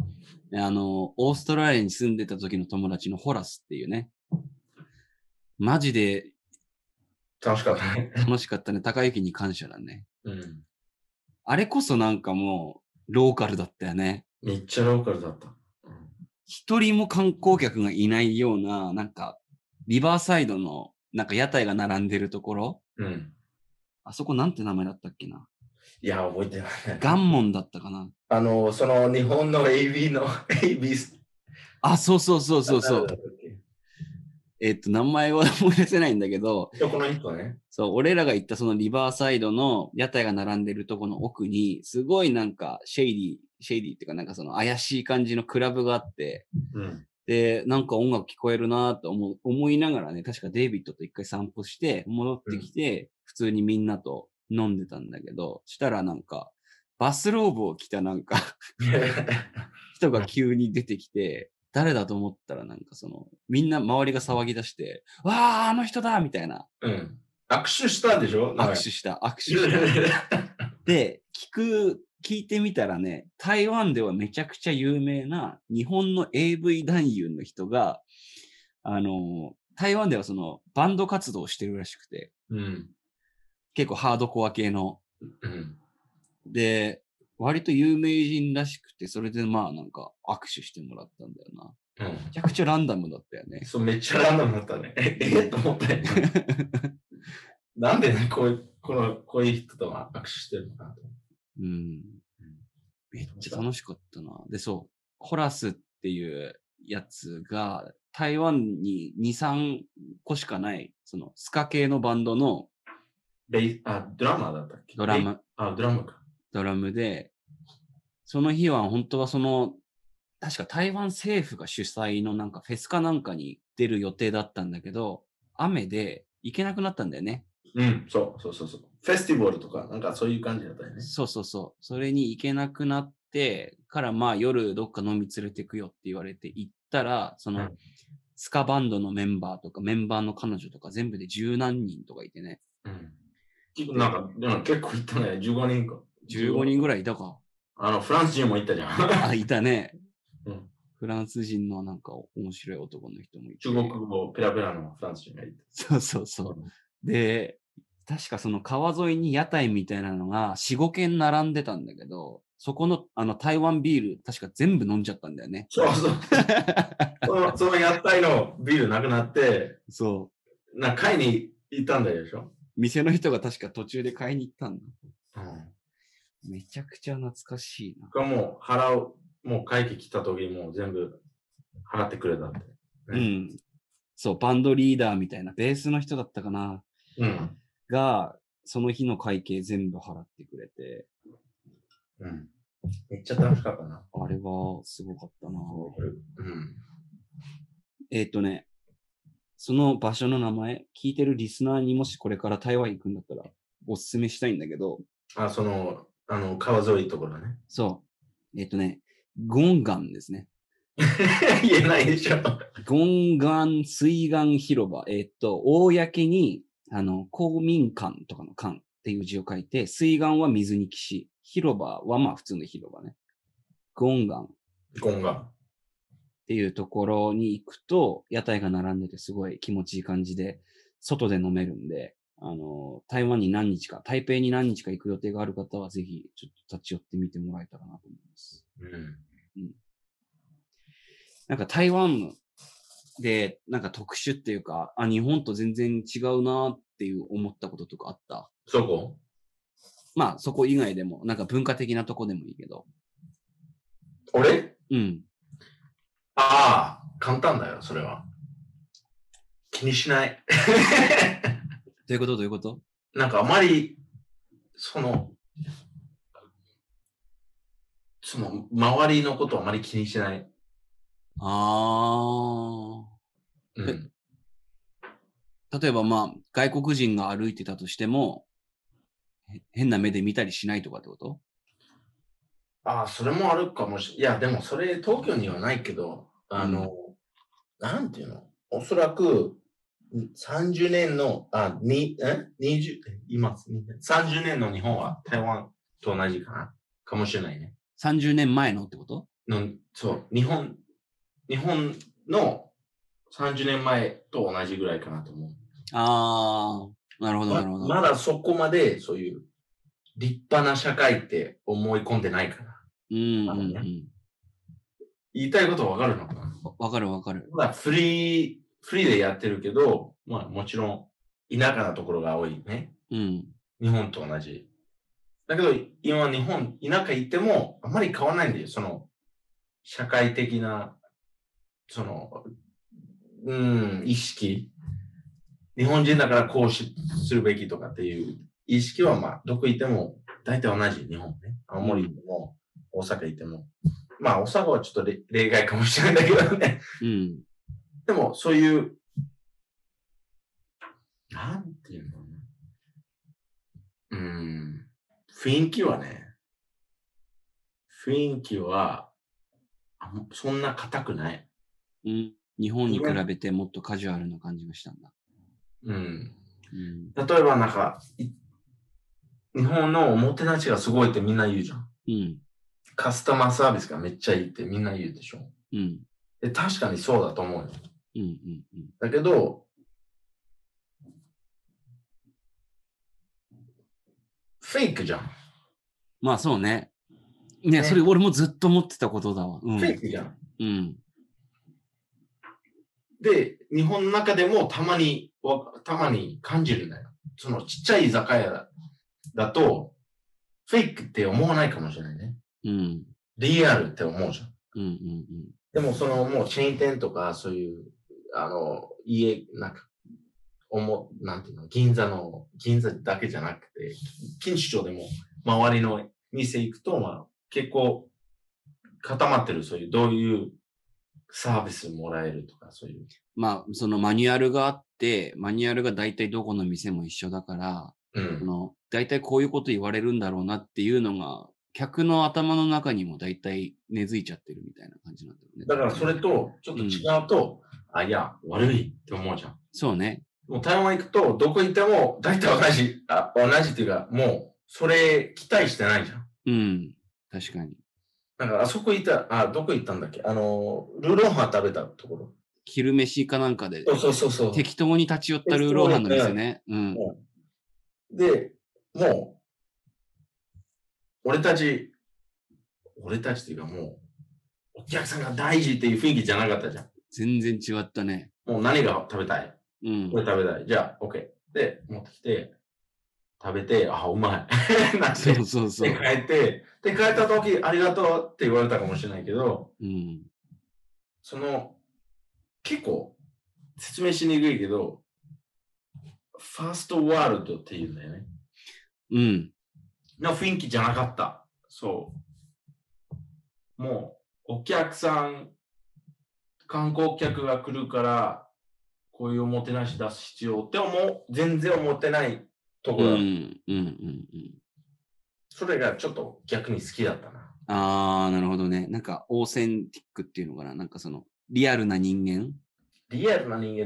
あの、オーストラリアに住んでた時の友達のホラスっていうね。マジで楽しかったね。 楽しかったね。高幸に感謝だね。 うん。 あれこそなんかもう、ローカルだったよね。 めっちゃローカルだった。 一人も観光客がいないような、なんか、リバーサイドの、なんか屋台が並んでるところ。 うん。 あそこなんて名前だったっけな。 いや、覚えてない。 ガンモンだったかな。 あの、その日本の エービー の エービー。 あ、そうそうそうそうそう。えっと、名前は思い出せないんだけど、 この人ね。 そう、俺らが行ったそのリバーサイドの屋台が並んでるとこの奥に、すごいなんかシェイディー、シェイディーっていうかなんかその怪しい感じのクラブがあって、 うん、 で、なんか音楽聞こえるなと思う思いながらね、確かデイビッドと一回散歩して戻ってきて、うん、普通にみんなと飲んでたんだけど、したらなんか、バスローブを着たなんか人が急に出てきて、誰だと思ったらなんかその、みんな周りが騒ぎ出して、わー、あの人だみたいな。 うん。握手したでしょ？ 握手した、握手した。で、聞く、聞いてみたらね、台湾ではめちゃくちゃ有名な日本の エーブイ 男優の人が、あの、台湾ではそのバンド活動をしてるらしくて、 うん、 結構ハードコア系の。 うん、 で、割と有名人らしくて、それでまあなんか握手してもらったんだよな。うん、めちゃくちゃランダムだったよね。 そう、めっちゃランダムだったね。え、えと思ったよ、ね。なんでね、こういう、この、こういう人とは握手してるのかなと。 うん。めっちゃ楽しかったな。で、そう、ホラスっていうやつが、台湾にに、さんこしかない、そのスカ系のバンドの、 ベイあ、ドラマーだったっけ？ ドラム。 あ、ドラムか。 ドラムで、その日は本当はその、確か台湾政府が主催のなんかフェスかなんかに出る予定だったんだけど、雨で行けなくなったんだよね。 うん、そうそうそうそう。フェスティバルとか、なんかそういう感じだったよね。 そうそうそう。それに行けなくなってから、まあ夜どっか飲み連れてくよって言われて行ったら、その、うん、スカバンドのメンバーとか、メンバーの彼女とか全部で十何人とかいてね。 うん。なんか、でも結構いったね。じゅうごにんか。 じゅうごにんぐらいいたか。 あの、フランス人もいたじゃん。 あ、いたね。 うん。 フランス人のなんか面白い男の人もいて。 中国語ペラペラのフランス人がいて。 そうそうそう。うん、で、確かその川沿いに屋台みたいなのがよん、ごけん並んでたんだけど、そこのあの台湾ビール、確か全部飲んじゃったんだよね。 そうそう。その、その屋台のビールなくなって、 そう。 な、買いに行ったんだでしょ？ 店の人が確か途中で買いに行ったんだ。 うん。 めちゃくちゃ懐かしいな。 僕はもう払う、もう帰ってきた時もう全部払ってくれたって、ね。 うん。そう、バンドリーダーみたいな、ベースの人だったかな。 うん。 が、その日の会計全部払ってくれて。 うん。 めっちゃ楽しかったな。 あれはすごかったな。 うん。 えっとね、その場所の名前、聞いてるリスナーにもしこれから台湾行くんだったらおすすめしたいんだけど。 あ、その、あの、川沿いところね。 そう。えっとね、ゴンガンですね。 言えないでしょ。 ゴンガン水岸広場。えっと、公に、あの、公民館とかの館っていう字を書いて、水岸は水に岸、広場はまあ普通の広場ね。ゴンガン。 ゴンガン。 っていうところに行くと、屋台が並んでてすごい気持ちいい感じで、外で飲めるんで、あの、台湾に何日か、台北に何日か行く予定がある方は、ぜひ、ちょっと立ち寄ってみてもらえたらなと思います。 うん。 うん。なんか台湾で、なんか特殊っていうか、あ、日本と全然違うなっていう思ったこととかあった？ そこ？ まあ、そこ以外でも、なんか文化的なとこでもいいけど。 俺？ うん。 ああ、簡単だよ、それは。気にしない。 どういうことどういうこと？ なんかあまり、その、その、周りのことをあまり気にしない。 ああ。 うん。 例えばまあ、外国人が歩いてたとしても、変な目で見たりしないとかってこと？ ああ、それもあるかもしれない。いや、でもそれ東京にはないけど、あの、 うん、 なんていうの？おそらく、さんじゅうねんの、あ、に、え ?にじゅう、今、さんじゅうねんの日本は台湾と同じかなかもしれないね。 さんじゅうねんまえのってこと？ の、そう、日本、日本のさんじゅうねんまえと同じぐらいかなと思う。 ああ、なるほど、なるほど。 ま、まだそこまでそういう立派な社会って思い込んでないから。 うんうんうん。 言いたいことわかるのかな？ わかるわかる。 まあ、フリー、フリーでやってるけど、まあもちろん田舎なところが多いね。 うん。 日本と同じ。だけど、今日本、田舎行ってもあまり変わらないんだよ。その、社会的な、その、うん、意識。日本人だからこうしするべきとかっていう意識は、まあ、どこ行っても大体同じ、日本ね。青森行っても、大阪行っても。まあ、大阪はちょっと例外かもしれないんだけどね。 うん。 でも、そういう、なんていうのね。うん、雰囲気はね、雰囲気は、そんな硬くない。 うん。日本に比べてもっとカジュアルな感じがしたんだ。 うん。 うん、 例えばなんか、日本のおもてなしがすごいってみんな言うじゃん。 うん。 カスタマーサービスがめっちゃいいってみんな言うでしょ。 うん。 で、確かにそうだと思うよ。 うんうんうん。 だけど、フェイクじゃん。 まあそうね。ね、ね、それ俺もずっと思ってたことだわ。うん、 フェイクじゃん。 うん。 で、日本の中でもたまに、たまに感じるんだよ。そのちっちゃい居酒屋だと、フェイクって思わないかもしれないね。 うん。 リアルって思うじゃん。 うんうんうん。 でもそのもうチェーン店とかそういう、あの、家、なんか、おも、なんていうの、銀座の、銀座だけじゃなくて、錦糸町でも周りの店行くと、まあ、結構固まってる、そういう、どういうサービスもらえるとか、そういう。 まあ、そのマニュアルがあって、マニュアルが大体どこの店も一緒だから、 うん、 その大体こういうこと言われるんだろうなっていうのが、客の頭の中にも大体根付いちゃってるみたいな感じなんだよね。 だからそれとちょっと違うと、うん、あ、いや、悪いって思うじゃん。 そうね。 もう台湾行くと、どこ行っても大体同じ、あ、同じっていうか、もう、それ期待してないじゃん。 うん、確かに。 なんかあそこ行った、あ、どこ行ったんだっけ？あの、ルーローハン食べたところ。 昼飯かなんかで、 そうそうそうそう。 適当に立ち寄ったルーローハンの店ね。うん。 で、もう、俺たち、俺たちっていうかもう、お客さんが大事っていう雰囲気じゃなかったじゃん。 全然違ったね。 もう何が食べたい？ うん。 これ食べたい。じゃあ、OK。で、持ってきて、食べて、あ、うまい。なって、 そうそうそう。 で、帰って、で、帰った時、ありがとうって言われたかもしれないけど、 うん、 その、結構、説明しにくいけど、ファーストワールドっていうんだよね。 うん。 の雰囲気じゃなかった。そう。 もうお客さん、観光客が来るから、こういうおもてなし出す必要って思う、全然思ってないところだ。 うん、うん、うん、うん。 それがちょっと逆に好きだったな。 ああ、なるほどね。なんか、オーセンティックっていうのかな。なんかその、リアルな人間リアルな人間って、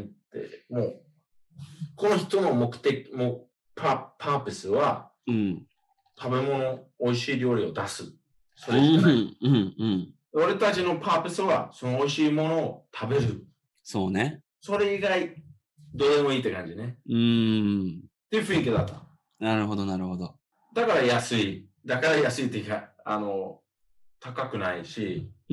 もう、この人の目的、もパパープスは、 うん。 食べ物、美味しい料理を出す。そうん、 れしかない。 うん、うん。 俺たちのパープスは、その美味しいものを食べる。 そうね。 それ以外、どうでもいいって感じね。 うーん。 っていう雰囲気だった。 なるほど、なるほど。 だから安い。だから安いっていうか、あの、高くないし。 うん。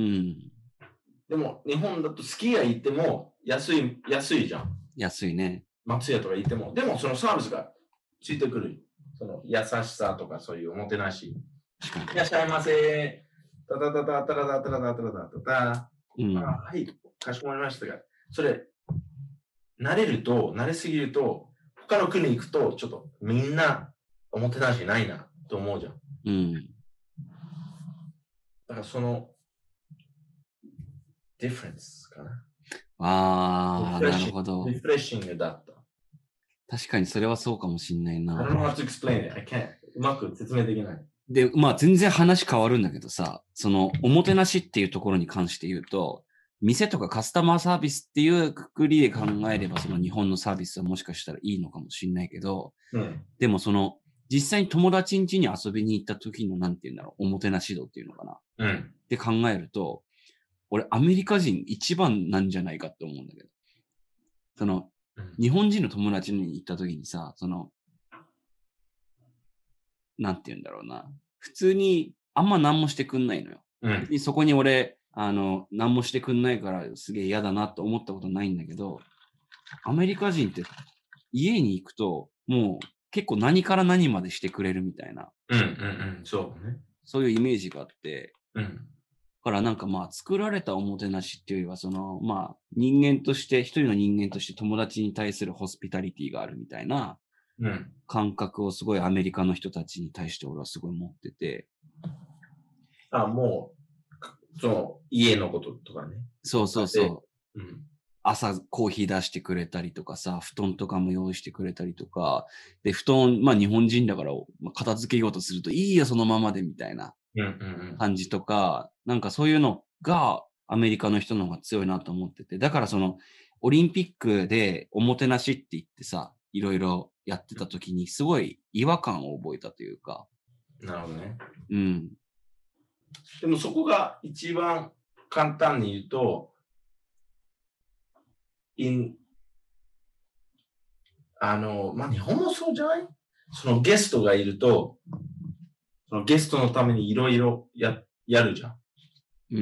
でも、日本だとスキー屋行っても安い、安いじゃん。 安いね。 松屋とか行っても。でも、そのサービスがついてくる。その優しさとかそういうおもてなし。いらっしゃいませ。たたたたたたたたたたたたた。うん、あ、はい、かしこまりましたが。それ、慣れると、慣れすぎると、他の国行くと、ちょっとみんなおもてなしないなと思うじゃん。 うん。 だからその、ディフェンスかな。 ああ、なるほど。 リフレッシングだった。 確かにそれはそうかもしんないな。 I don't know how to explain it. I can't. うまく説明できない。 で、まあ全然話変わるんだけどさ、そのおもてなしっていうところに関して言うと、店とかカスタマーサービスっていうくくりで考えれば、その日本のサービスはもしかしたらいいのかもしんないけど、 うん、 でもその、実際に友達ん家に遊びに行った時の、なんて言うんだろう、おもてなし度っていうのかな。 うん。 って考えると、俺アメリカ人一番なんじゃないかって思うんだけど。その、うん、日本人の友達に行った時にさ、その、なんて言うんだろうな。普通にあんま何もしてくんないのよ。 うん、 そこに俺、あの、何もしてくんないからすげえ嫌だなと思ったことないんだけど、アメリカ人って家に行くと、もう結構何から何までしてくれるみたいな。 うんうんうん、そうね。 そういうイメージがあって、 うん。 だからなんかまあ作られたおもてなしっていうよりは、そのまあ人間として、一人の人間として友達に対するホスピタリティがあるみたいな感覚をすごいアメリカの人たちに対して俺はすごい持ってて。 あ、もう、その家のこととかね。 そうそうそう。 うん、 朝コーヒー出してくれたりとかさ、布団とかも用意してくれたりとか、で、布団、まあ日本人だから、まあ、片付けようとするといいよそのままでみたいな感じとか、うんうんうん、なんかそういうのがアメリカの人の方が強いなと思ってて、だからそのオリンピックでおもてなしって言ってさ、いろいろやってた時にすごい違和感を覚えたというか。 なるほどね。 うん。 でもそこが一番簡単に言うと、in あの、まあ、日本もそうじゃない？そのゲストがいると、そのゲストのためにいろいろや、やるじゃん。 うん。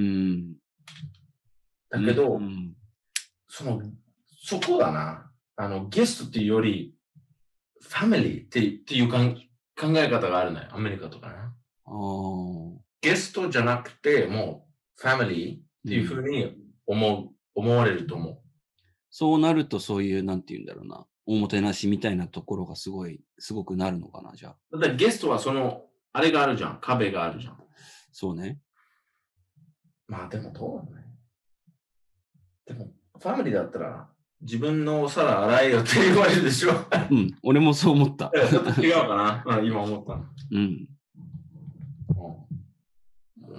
だけど、 うん、 その、そこだな。あの、ゲストっていうより、ファミリーってっていうかん考え方があるのよ。アメリカとかな。ゲストじゃなくて、もう、ファミリーっていうふうに思う、うん、思われると思う。 そうなるとそういう、なんて言うんだろうな。おもてなしみたいなところがすごい、すごくなるのかな、じゃあ。 だってゲストはその、あれがあるじゃん。壁があるじゃん。 そうね。 まあでもどうなのね。でも、ファミリーだったら、自分のお皿洗えよって言われるでしょ。 うん、俺もそう思った。 ちょっと違うかな、うん、今思った。 うん。 うん。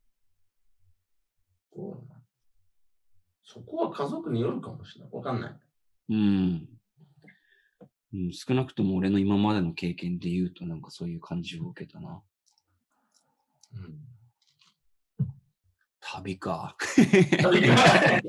どうなの？そこは家族によるかもしれない。わかんない。 うん。うん、少なくとも俺の今までの経験で言うとなんかそういう感じを受けたな。うん。旅か。旅か。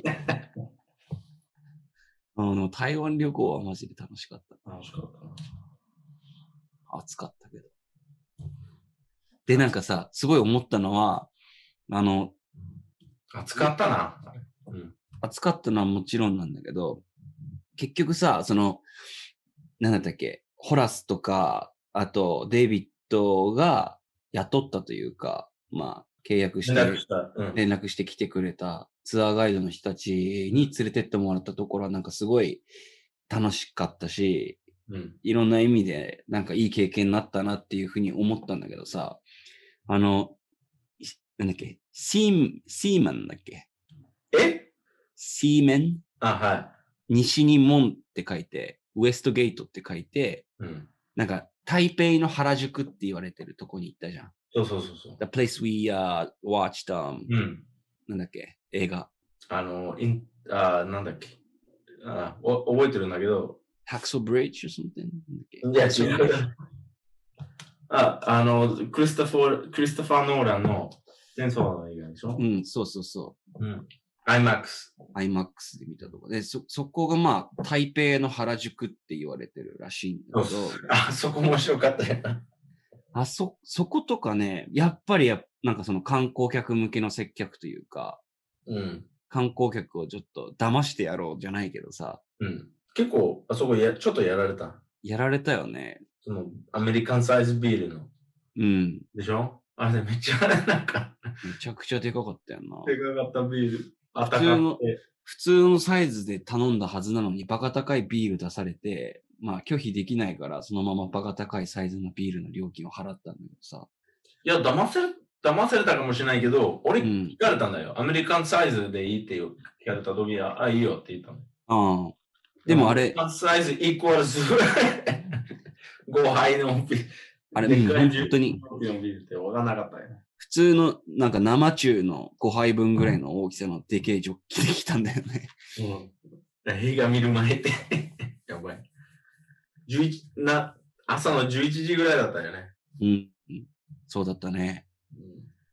あの、台湾旅行はマジで楽しかった。 楽しかったな。 暑かったけど。で、なんかさ、すごい思ったのは、あの、 暑かったな。 うん、暑かったのはもちろんなんだけど、結局さ、その、なんだったっけ、ホラスとか、あと、デイビッドが雇ったというか、まあ、契約して、連絡した、うん、連絡して来てくれたツアーガイドの人たちに連れてってもらったところはなんかすごい楽しかったし、うん、いろんな意味でなんかいい経験になったなっていうふうに思ったんだけどさ、あの、 なんだっけ、シー、シーマンだっけえシーメンあ、は西に門って書いて、ウエストゲートって書いて、 い。うん。 なんか台北の原宿って言われてるとこに行ったじゃん。 そうそうそうそう。 The place we、uh, watched、um, うん。 なんだっけ、映画。 あの、イン、あ、なんだっけ。あお覚えてるんだけど。 ハクソーブリッジ or something? いや、違う。あ、あの、クリストファー、クリストファー・ノーランの戦争の映画でしょ。 うん、そうそうそう。うん。アイマックス。 アイマックスで見たとこで、そ、そこがまあ、台北の原宿って言われてるらしいんだけど。 あ、そこ面白かったよな。 あそ、そことかね、やっぱりや、なんかその観光客向けの接客というか、 うん。 観光客をちょっと騙してやろうじゃないけどさ。 うん。結構、あそこや、ちょっとやられた。 やられたよね。 その、アメリカンサイズビールの。 うん。 でしょあれめっちゃ、なんか。 めちゃくちゃでかかったよな。 でかかったビール。 普通の、普通のサイズで頼んだはずなのにバカ高いビール出されて、まあ拒否できないからそのままバカ高いサイズのビールの料金を払ったんだけどさ。 いや、騙せる、騙されたかもしれないけど、俺聞かれたんだよ。うん、アメリカンサイズでいいって聞かれた時は、あ、いいよって言ったの。 ああ。でもあれ。 アメリカンサイズイコールズごはいのビール。 あれ、うん、本当に。 普通のなんか生中のごはいぶんぐらいの大きさのでけえジョッキできたんだよね。 うん。映画見る前ってやばい。じゅういちな朝のじゅういちじぐらいだったよね。 うん。そうだったね。 うん、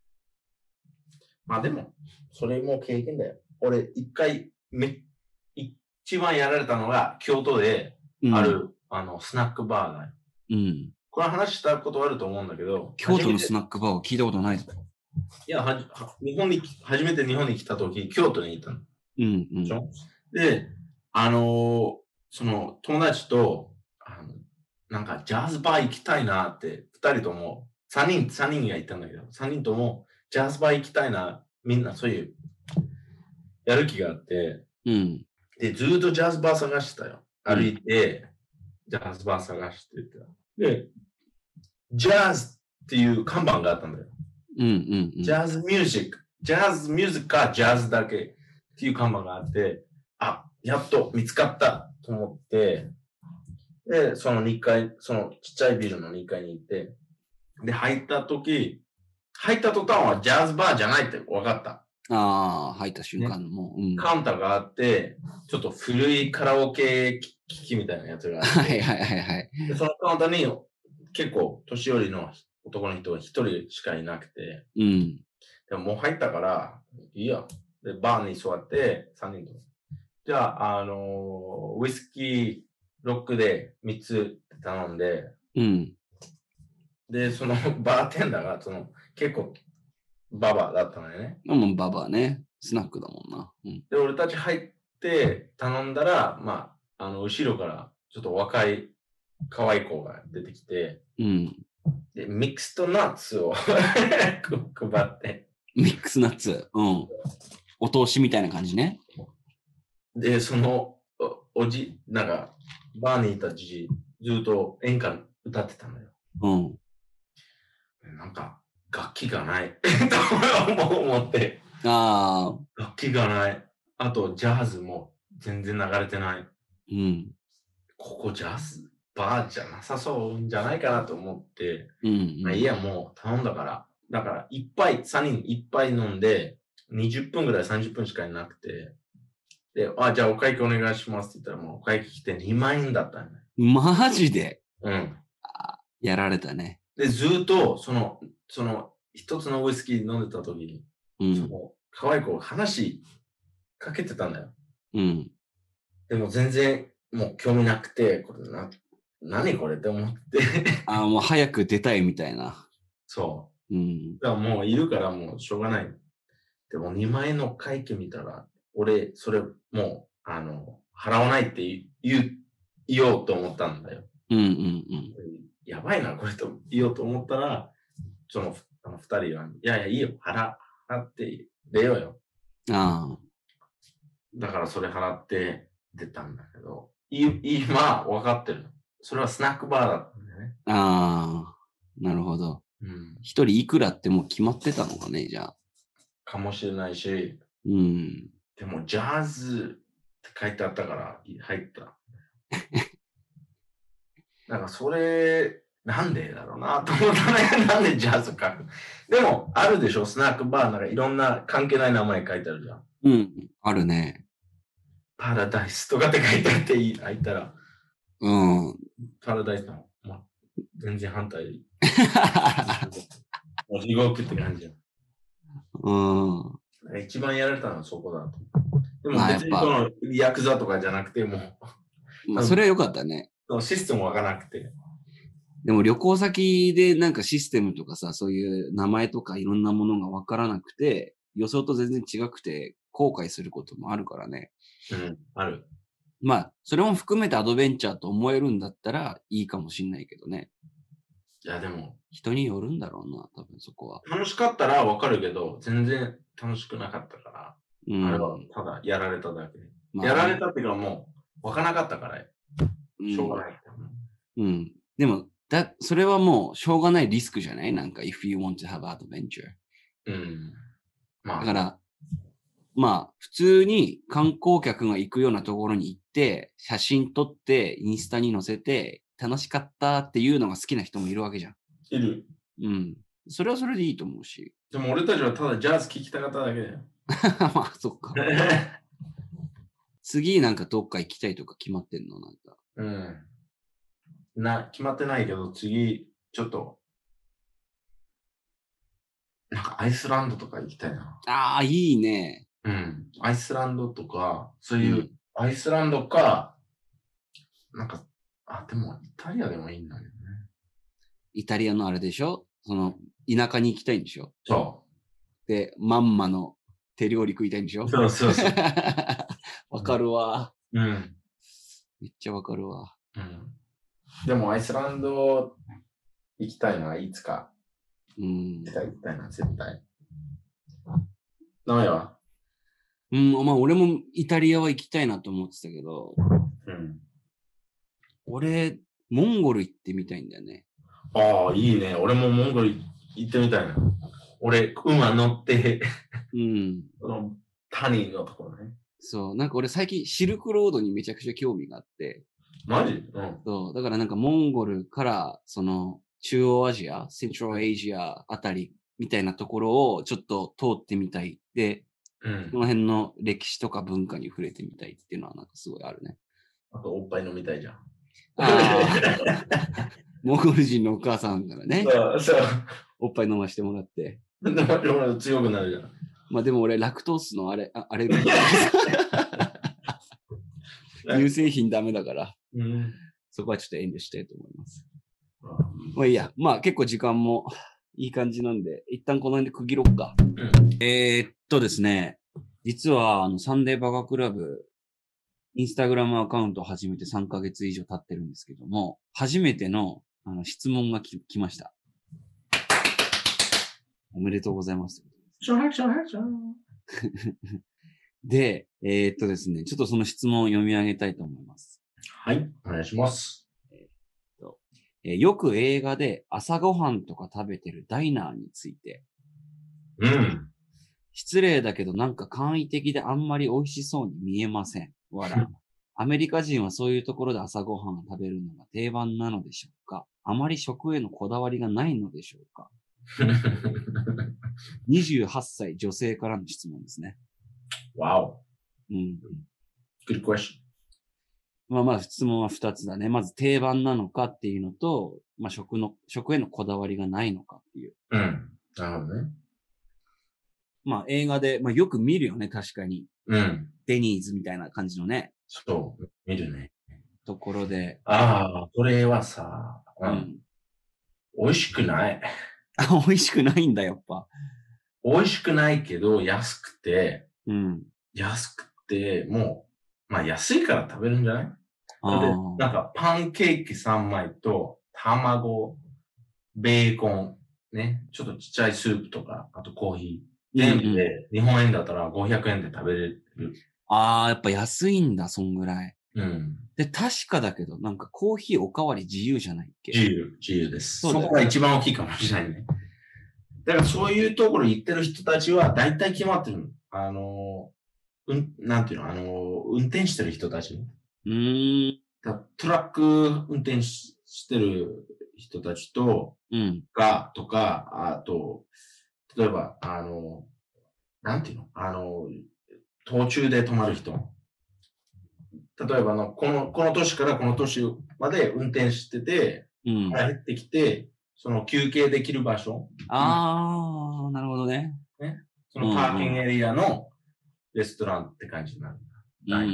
まあでも、それも経験だよ。俺、一回め、一番やられたのが京都である、うん、あの、スナックバーだよ。 うん。 これ話したことあると思うんだけど。 京都のスナックバーを聞いたことないぞ。 いや、はじ、日本に、初めて日本に来たとき、京都に行ったの。 うんうん。 で、あのー、その、友達と、あの、なんか、ジャズバー行きたいなって、二人とも、三人、三人が行ったんだけど、三人とも、ジャズバー行きたいな、みんなそういう、やる気があって、 うん。 で、ずっとジャズバー探してたよ。歩いて、うん、ジャズバー探してた。で、ジャズっていう看板があったんだよ。 うんうんうん、 ジャズミュージック。ジャズミュージックかジャズだけっていう看板があって、あ、やっと見つかったと思って、で、そのにかい、そのちっちゃいビルのにかいに行って、で、入った時、入った途端はジャズバーじゃないって分かった。 ああ、入った瞬間のもう、ね、 うん、カウンターがあって、ちょっと古いカラオケ機器みたいなやつがあって、 はいはいはいはい。 でそのカウンターに結構年寄りの男の人が一人しかいなくて、 うん。 でももう入ったから、いいよ。で、バーに座って、さんにんと。じゃあ、あのー、ウイスキーロックでみっつ頼んで、 うん。 で、そのバーテンダーが、その、結構、ババアだったのよね。 まあ、ババアね。スナックだもんな。うん、 で、俺たち入って頼んだら、まあ、あの、後ろから、ちょっと若い、可愛い子が出てきて、 うん。 で、ミックスとナッツを配って。 ミックスナッツ。うん。お通しみたいな感じね。 で、その、お、おじ、なんか、バーにいたじじ、ずっと演歌歌ってたのよ。 うん。 なんか、楽器がない。と思って。 ああ。 楽器がない。あと、ジャズも全然流れてない。 うん。 ここジャズバーじゃなさそうじゃないかなと思って、 うん、うん。 まあ、いや、もう頼んだから。だから、いっぱい、さんにんいっぱい飲んで、にじゅっぷんぐらいさんじゅっぷんしかいなくて、で、あ、じゃあお会計お願いしますって言ったら、もうお会計来てにまんえんだったね。 マジで？ うん。 やられたね。 で、ずっと、その、その、一つのウイスキー飲んでた時に、 うん、 その、可愛い子話かけてたんだよ。 うん。 でも全然、もう興味なくて、これな、何これって思って。 ああ、もう早く出たいみたいな。 そう。 うん。 だからもういるからもうしょうがない。でもにまんえんの会計見たら、俺、それ、もう、あの、払わないって言う、言おうと思ったんだよ。 うんうんうん。 やばいな、これと言おうと思ったら、その、あの二人は、いやいや、いいよ、払、払って出ようよ。 ああ。 だからそれ払って出たんだけど、今、分かってる。それはスナックバーだったんだよね。 ああ、なるほど。 一、 うん、人いくらってもう決まってたのかね、じゃあ。 かもしれないし、 うん。 でもジャズって書いてあったから入った。なんかそれ、なんでだろうなと思ったね。なんでジャズ書く。でも、あるでしょ、スナックバーなんかいろんな関係ない名前書いてあるじゃん。 うん、あるね。 パラダイスとかって書いてあっていい、入ったら。 うん。 パラダイスの、まあ、全然反対。もう地獄って感じじゃん。 うん。 一番やられたのはそこだと。でも別にこのヤクザとかじゃなくてもう、 まあ、それは良かったね。 システムわからなくて。 でも旅行先でなんかシステムとかさ、そういう名前とかいろんなものがわからなくて、予想と全然違くて後悔することもあるからね。 うん、ある。 まあ、それも含めてアドベンチャーと思えるんだったらいいかもしんないけどね。 いや、でも。 人によるんだろうな、多分そこは。 楽しかったらわかるけど、全然楽しくなかったから、うん、あれはただやられただけ。まあ、やられたっていうかもう、わからなかったから、しょうがない。 うん。うん、でも、だ、それはもうしょうがないリスクじゃない？なんか、if you want to have adventure。 うん。まあ。 だから、まあ、普通に観光客が行くようなところに行って、写真撮って、インスタに載せて、楽しかったっていうのが好きな人もいるわけじゃん。 いる。 うん。それはそれでいいと思うし。 でも俺たちはただジャズ聴きたかっただけだよ。 まあ、そっか。次なんかどっか行きたいとか決まってんの？なんか。 うん。な、決まってないけど、次、ちょっと、なんかアイスランドとか行きたいな。 ああ、いいね。 うん。アイスランドとか、そういう、うん、アイスランドか、なんか、あ、でも、イタリアでもいいんだけどね。 イタリアのあれでしょ？その、田舎に行きたいんでしょ？ そう。 で、まんまの手料理食いたいんでしょ？ そうそうそう。 わかるわ。 うん。 めっちゃわかるわ。 うん。でも、アイスランド行きたいな、いつか。 うん。 行きたい、行きたいな、絶対。名前は？ うん、まあ、俺もイタリアは行きたいなと思ってたけど、 うん。 俺、モンゴル行ってみたいんだよね。 ああ、いいね。俺もモンゴル行ってみたいな。俺、馬乗って、 うん。 その、谷のところね。 そう。なんか俺最近シルクロードにめちゃくちゃ興味があって。 マジ？うん。 そう。だからなんかモンゴルから、その、中央アジア、セントラルエイジアあたりみたいなところをちょっと通ってみたい。で、うん、この辺の歴史とか文化に触れてみたいっていうのはなんかすごいあるね。 あと、おっぱい飲みたいじゃん。 あモンゴル人のお母さんからね。 そうそう。 おっぱい飲ましてもらって。 飲ましてもらうと強くなるじゃん。 まあでも俺、ラクトースのあれ、ああれ、乳製品ダメだから、うん、そこはちょっと遠慮したいと思います。うん、まあいいや、まあ結構時間もいい感じなんで、一旦この辺で区切ろっか。うん、えー、っとですね、実はあのサンデーバカクラブ、インスタグラムアカウントを始めてさんかげつ以上経ってるんですけども、初めてのあの質問がき来ました。おめでとうございます。で、えー、っとですね、ちょっとその質問を読み上げたいと思います。 はい、お願いします。 えーっとえー、よく映画で朝ごはんとか食べてるダイナーについて。 うん。 失礼だけどなんか簡易的であんまり美味しそうに見えません。わら。アメリカ人はそういうところで朝ごはんを食べるのが定番なのでしょうか？あまり食へのこだわりがないのでしょうか？にじゅうはっさい女性からの質問ですね。 Wow. うん。 Good question. まあまあ質問はふたつだね。まず定番なのかっていうのと、まあ食の、食へのこだわりがないのかっていう。 うん。なるほどね。 まあ映画で、まあよく見るよね、確かに。 うん。 デニーズみたいな感じのね。 そう、見るね。 ところで。 ああ、これはさ、うん。うん、美味しくない。 あ、美味しくないんだ、やっぱ。 美味しくないけど、安くて、 うん。 安くて、もう、まあ安いから食べるんじゃない？あでなんかパンケーキさんまいと、卵、ベーコン、ね、ちょっとちっちゃいスープとか、あとコーヒー。全部で、日本円だったらごひゃくえんで食べれる。 ああ、やっぱ安いんだ、そんぐらい。 うん。 で、確かだけど、なんかコーヒーおかわり自由じゃないっけ？ 自由、自由です。 そうだよねそこが一番大きいかもしれないね。だからそういうところ行ってる人たちは大体決まってるの。あの、うん、なんていうの、あの、運転してる人たち。 うーん。 だトラック運転ししてる人たちと、 うん。 が、とか、あと、例えば、あの、なんていうのあの、途中で止まる人。例えばあの、この、この年からこの年まで運転してて、 うん。 入ってきて、その休憩できる場所。 あー、なるほどね。 ね。そのパーキングエリアのレストランって感じになる。 うんうんうん。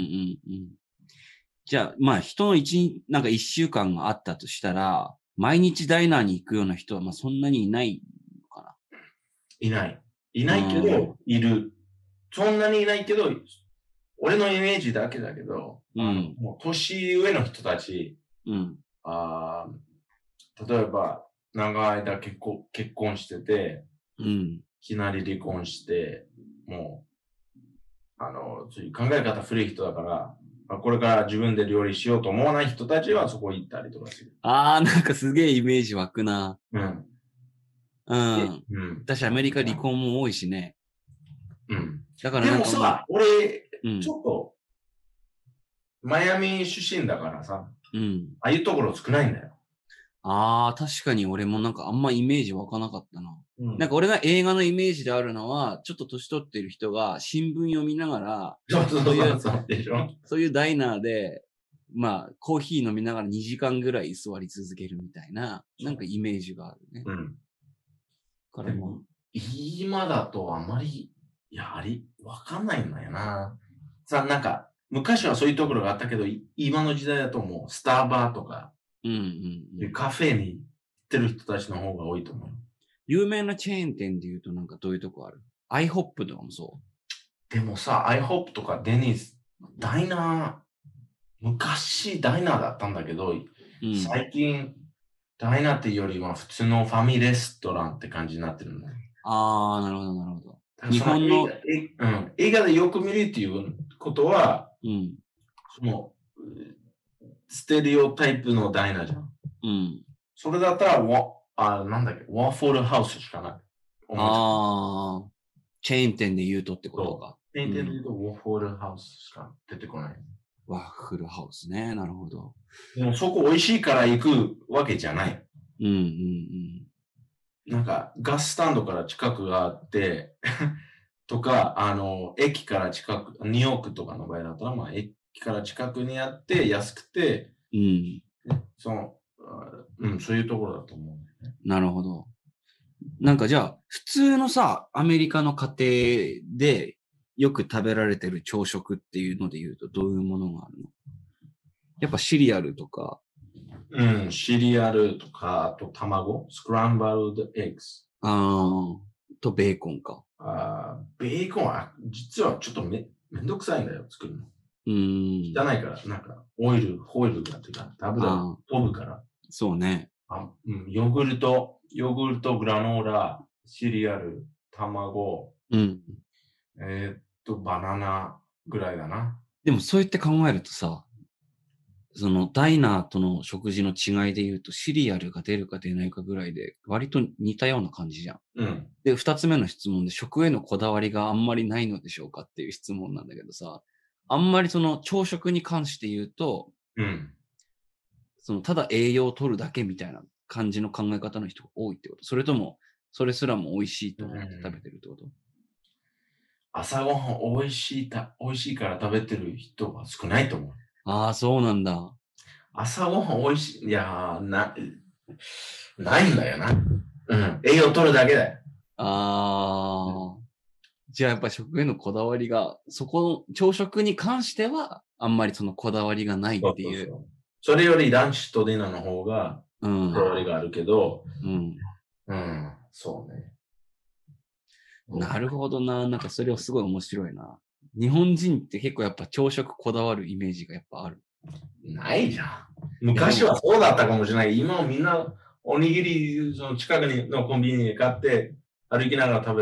じゃあ、まあ人の一、なんか一週間があったとしたら、毎日ダイナーに行くような人は、まあそんなにいないのかな。 いない。いないけうんど、いる。そんなにいないけど、俺のイメージだけだけど、 うんあのもう年上の人たち、 うん。 あー例えば、長い間結婚結婚してて、 うん。 いきなり離婚して、もう、あの、そういう考え方古い人だから、まあこれから自分で料理しようと思わない人たちはそこ行ったりとかする。 あー、なんかすげえイメージ湧くな。 うん。 うん。 うん。 私アメリカ離婚も多いしね。 うん。 だからでなんかもう、 もさ、俺、 うんちょっと、マイアミ出身だからさ、 うん。 ああいうところ少ないんだよ。 あー、確かに俺もなんかあんまイメージ湧かなかったな。 うんなんか俺が映画のイメージであるのは、ちょっと年取ってる人が新聞読みながら、 そうそうそういうそうそうでしょ。 そういうダイナーで、まあ、コーヒー飲みながらにじかんぐらい座り続けるみたいな、なんかイメージがあるね。 うん。 からも今だとあまり、やはり、わかんないんだよな。さ、なんか、昔はそういうところがあったけど、い今の時代だともう、スターバーとか、 うんうんうん。 カフェに行ってる人たちの方が多いと思う。 有名なチェーン店で言うとなんかどういうとこある？アイホップとかもそでもさ、アイホップとかデニーズ、ダイナー、昔ダイナーだったんだけど、 う。うん。 最近、ダイナーっていうよりは普通のファミレストランって感じになってるんだよ。 あー、なるほどなるほど。 だからそ日本の映画、えうん、映画でよく見るっていうことは、 うん。 その、ステレオタイプのダイナーじゃん。 うん。 それだったら、ワあ、なんだっけ、ワッフルハウスしかない。 あー、チェーン店で言うとってことか。 チェーン店で言うと、ワッフルハウスしか出てこない。 ワッフルハウスね。なるほど。 でもそこ美味しいから行くわけじゃない。 うんうんうん。 なんか、ガススタンドから近くがあって、とか、あの、駅から近く、ニューヨークとかの場合だったら、まあ、駅から近くにあって、安くて、 うん。 その、うん、そういうところだと思うんだよね。 なるほど。なんかじゃあ、普通のさ、アメリカの家庭でよく食べられてる朝食っていうので言うとどういうものがあるの？やっぱシリアルとか。 うん、シリアルとか、あと卵、スクランブルドエッグス。 あー、とベーコンか。 あベーコンは、実はちょっとめ、めんどくさいんだよ、作るの。 うーん。 汚いから、なんか、オイル、ホイルがっていうか、油が飛ぶから。 そうね。 あうん、ヨーグルト、ヨーグルト、グラノーラ、シリアル、卵、 うん。 えー、っと、バナナぐらいだな。 でもそうやって考えるとさ、そのダイナーとの食事の違いで言うとシリアルが出るか出ないかぐらいで割と似たような感じじゃん。 うん。 で、二つ目の質問で食へのこだわりがあんまりないのでしょうかっていう質問なんだけどさ、あんまりその朝食に関して言うと、 うん。 そのただ栄養を取るだけみたいな感じの考え方の人が多いってこと？それとも、それすらも美味しいと思って食べてるってこと？ 朝ごはん美味しいた、美味しいから食べてる人は少ないと思う。 ああ、そうなんだ。 朝ごはん美味しい、いやー、な、ないんだよな。うん。栄養取るだけだよ。 ああ、じゃあやっぱ食へのこだわりが、そこの朝食に関しては、あんまりそのこだわりがないっていう。 そうそうそう。それよりランチとディナーの方が、 うん。 こだわりがあるけど、 うん。 うん、そうね。 なるほどな。なんかそれはすごい面白いな。日本人って結構やっぱ朝食こだわるイメージがやっぱある。 ないじゃん。昔はそうだったかもしれない。今はみんなおにぎりその近くにのコンビニで買って歩きながら食べると思う。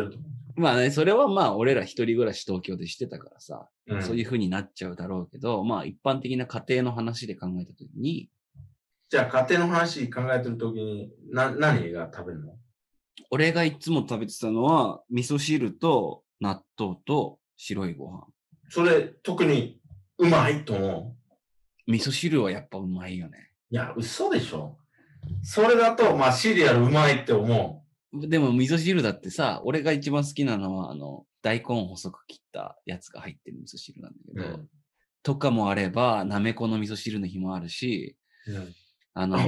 まあね、それはまあ、俺ら一人暮らし東京でしてたからさ、 うん、 そういう風になっちゃうだろうけど、まあ、一般的な家庭の話で考えたときに、 じゃあ、家庭の話考えてるときに、な、何が食べるの？ 俺がいつも食べてたのは、味噌汁と納豆と白いご飯。 それ、特にうまいと思う。味噌汁はやっぱうまいよね。 いや、嘘でしょ。それだと、まあ、シリアルうまいって思う。でも味噌汁だってさ、俺が一番好きなのは、あの、大根細く切ったやつが入ってる味噌汁なんだけど、うん、とかもあれば、なめこの味噌汁の日もあるし、うん、あの、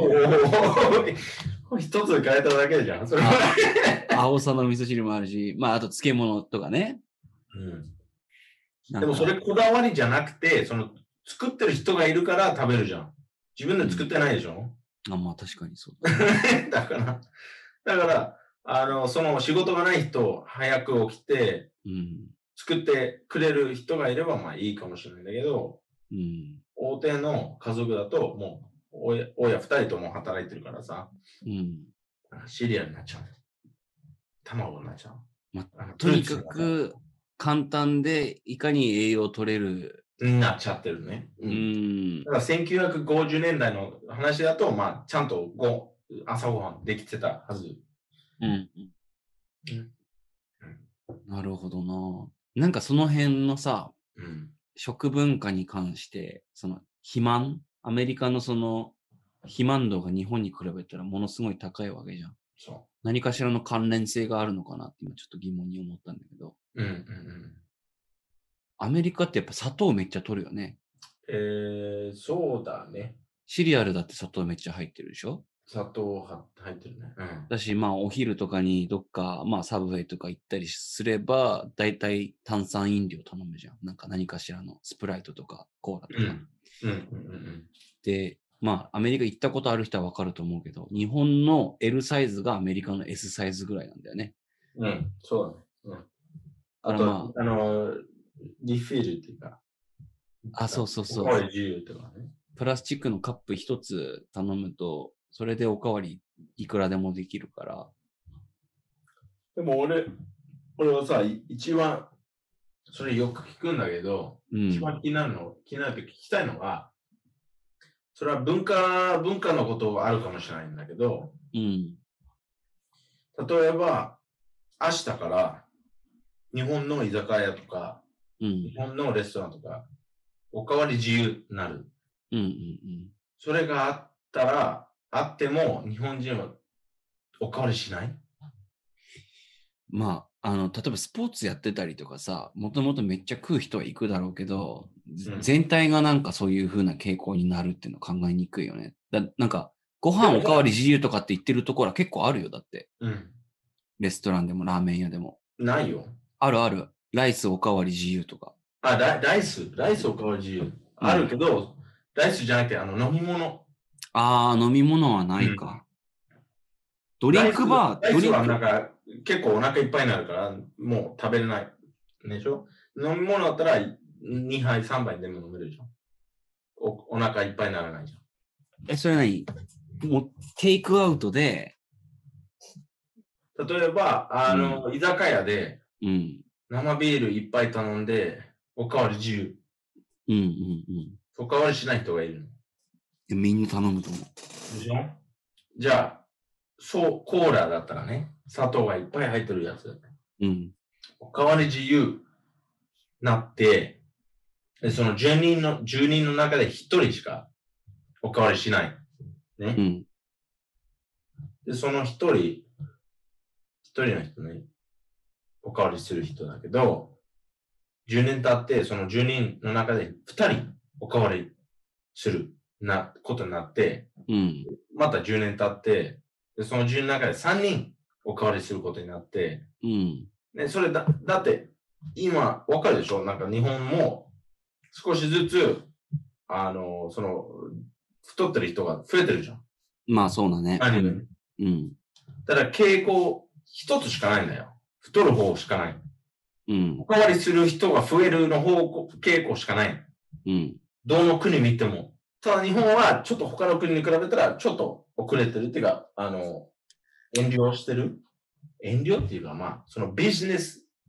一つ変えただけじゃん。それは青さの味噌汁もあるし、まあ、あと漬物とかね。 うん、でもそれこだわりじゃなくて、その作ってる人がいるから食べるじゃん。自分で作ってないでしょ、 うん、あ、まあ確かにそうだ。だから、だから、あの、その仕事がない人、早く起きて、うん、作ってくれる人がいれば、まあいいかもしれないんだけど、うん、大手の家族だと、もう、親、親二人とも働いてるからさ、うん、シリアルになっちゃう。卵になっちゃう。 まあ、とにかく簡単でいかに栄養取れる。 なっちゃってるね。うん。うん、だからせんきゅうひゃくごじゅうねんだいの話だと、まあ、ちゃんとご朝ごはんできてたはず。うん。 うんうん、なるほどな。なんかその辺のさ、うん、食文化に関して、その肥満、アメリカのその肥満度が日本に比べたらものすごい高いわけじゃん。そう。何かしらの関連性があるのかなって今ちょっと疑問に思ったんだけど。うんうんうん。アメリカってやっぱ砂糖めっちゃ取るよね。 えー、そうだね。 シリアルだって砂糖めっちゃ入ってるでしょ？ 砂糖入ってるね。うん。 だし、まあお昼とかにどっか、まあサブウェイとか行ったりすれば、だいたい炭酸飲料頼むじゃん。なんか何かしらのスプライトとかコーラとか。うん。うんうんうん、で、まあアメリカ行ったことある人はわかると思うけど、日本の L サイズがアメリカの S サイズぐらいなんだよね。 うん、そうだね。うん。あと、まあ、あの、リフィルっていうか。 あ、そうそうそう。 おかわり自由とかね。 プラスチックのカップ一つ頼むと、それでおかわりいくらでもできるから。 でも俺、俺はさ、一番、それよく聞くんだけど、うん、一番気になるの、気になると聞きたいのが、それは文化、文化のことがあるかもしれないんだけど、うん、例えば、明日から日本の居酒屋とか、うん、日本のレストランとか、おかわり自由になる。うんうんうん、それがあったら、あっても日本人はおかわりしない？ まあ、あの、例えばスポーツやってたりとかさ、もともとめっちゃ食う人は行くだろうけど、うん、全体がなんかそういう風な傾向になるっていうのは考えにくいよね。だなんか、ご飯おかわり自由とかって言ってるところは結構あるよ、だって。うん。レストランでもラーメン屋でも。 ないよ。 あるある。ライスおかわり自由とか。 あ、ラライスライスおかわり自由。うん、あるけど、ライスじゃなくて、あの、飲み物。 ああ、飲み物はないか。うん、ドリンクバー、 ライスはなんか、結構お腹いっぱいになるから、もう食べれない。でしょ？飲み物だったら、にはいさんばいでも飲めるじゃん。お、お腹いっぱいにならないじゃん。 え、それ何？もう、テイクアウトで、 例えば、あの、うん、居酒屋で、うん、生ビールいっぱい頼んで、おかわり自由。うんうんうん。おかわりしない人がいるの。みんな頼むと思う。 でしょ？じゃあ、そう、コーラだったらね、砂糖がいっぱい入ってるやつ。うん。おかわり自由なって、でそのじゅうにんの、じゅうにんの中でひとりしかおかわりしない。ね。うん。で、そのひとり、ひとりの人ね、おかわりする人だけど、じゅうねん経って、そのじゅうにんの中でふたりおかわりするな、ことになって、うん。またじゅうねん経って、で、そのじゅうにんの中でさんにんおかわりすることになって、うん。ね、それだ、だって、今、わかるでしょ？なんか日本も、少しずつ、あの、その、太ってる人が増えてるじゃん。 まあそうだね。 アニメ。うん。ただ傾向、一つしかないんだよ。太る方しかない。うん。おかわりする人が増えるの方向、傾向しかない。うん。どの国見ても。ただ日本はちょっと他の国に比べたらちょっと遅れてるっていうか、あの、遠慮してる。遠慮っていうかまあ、そのビジネス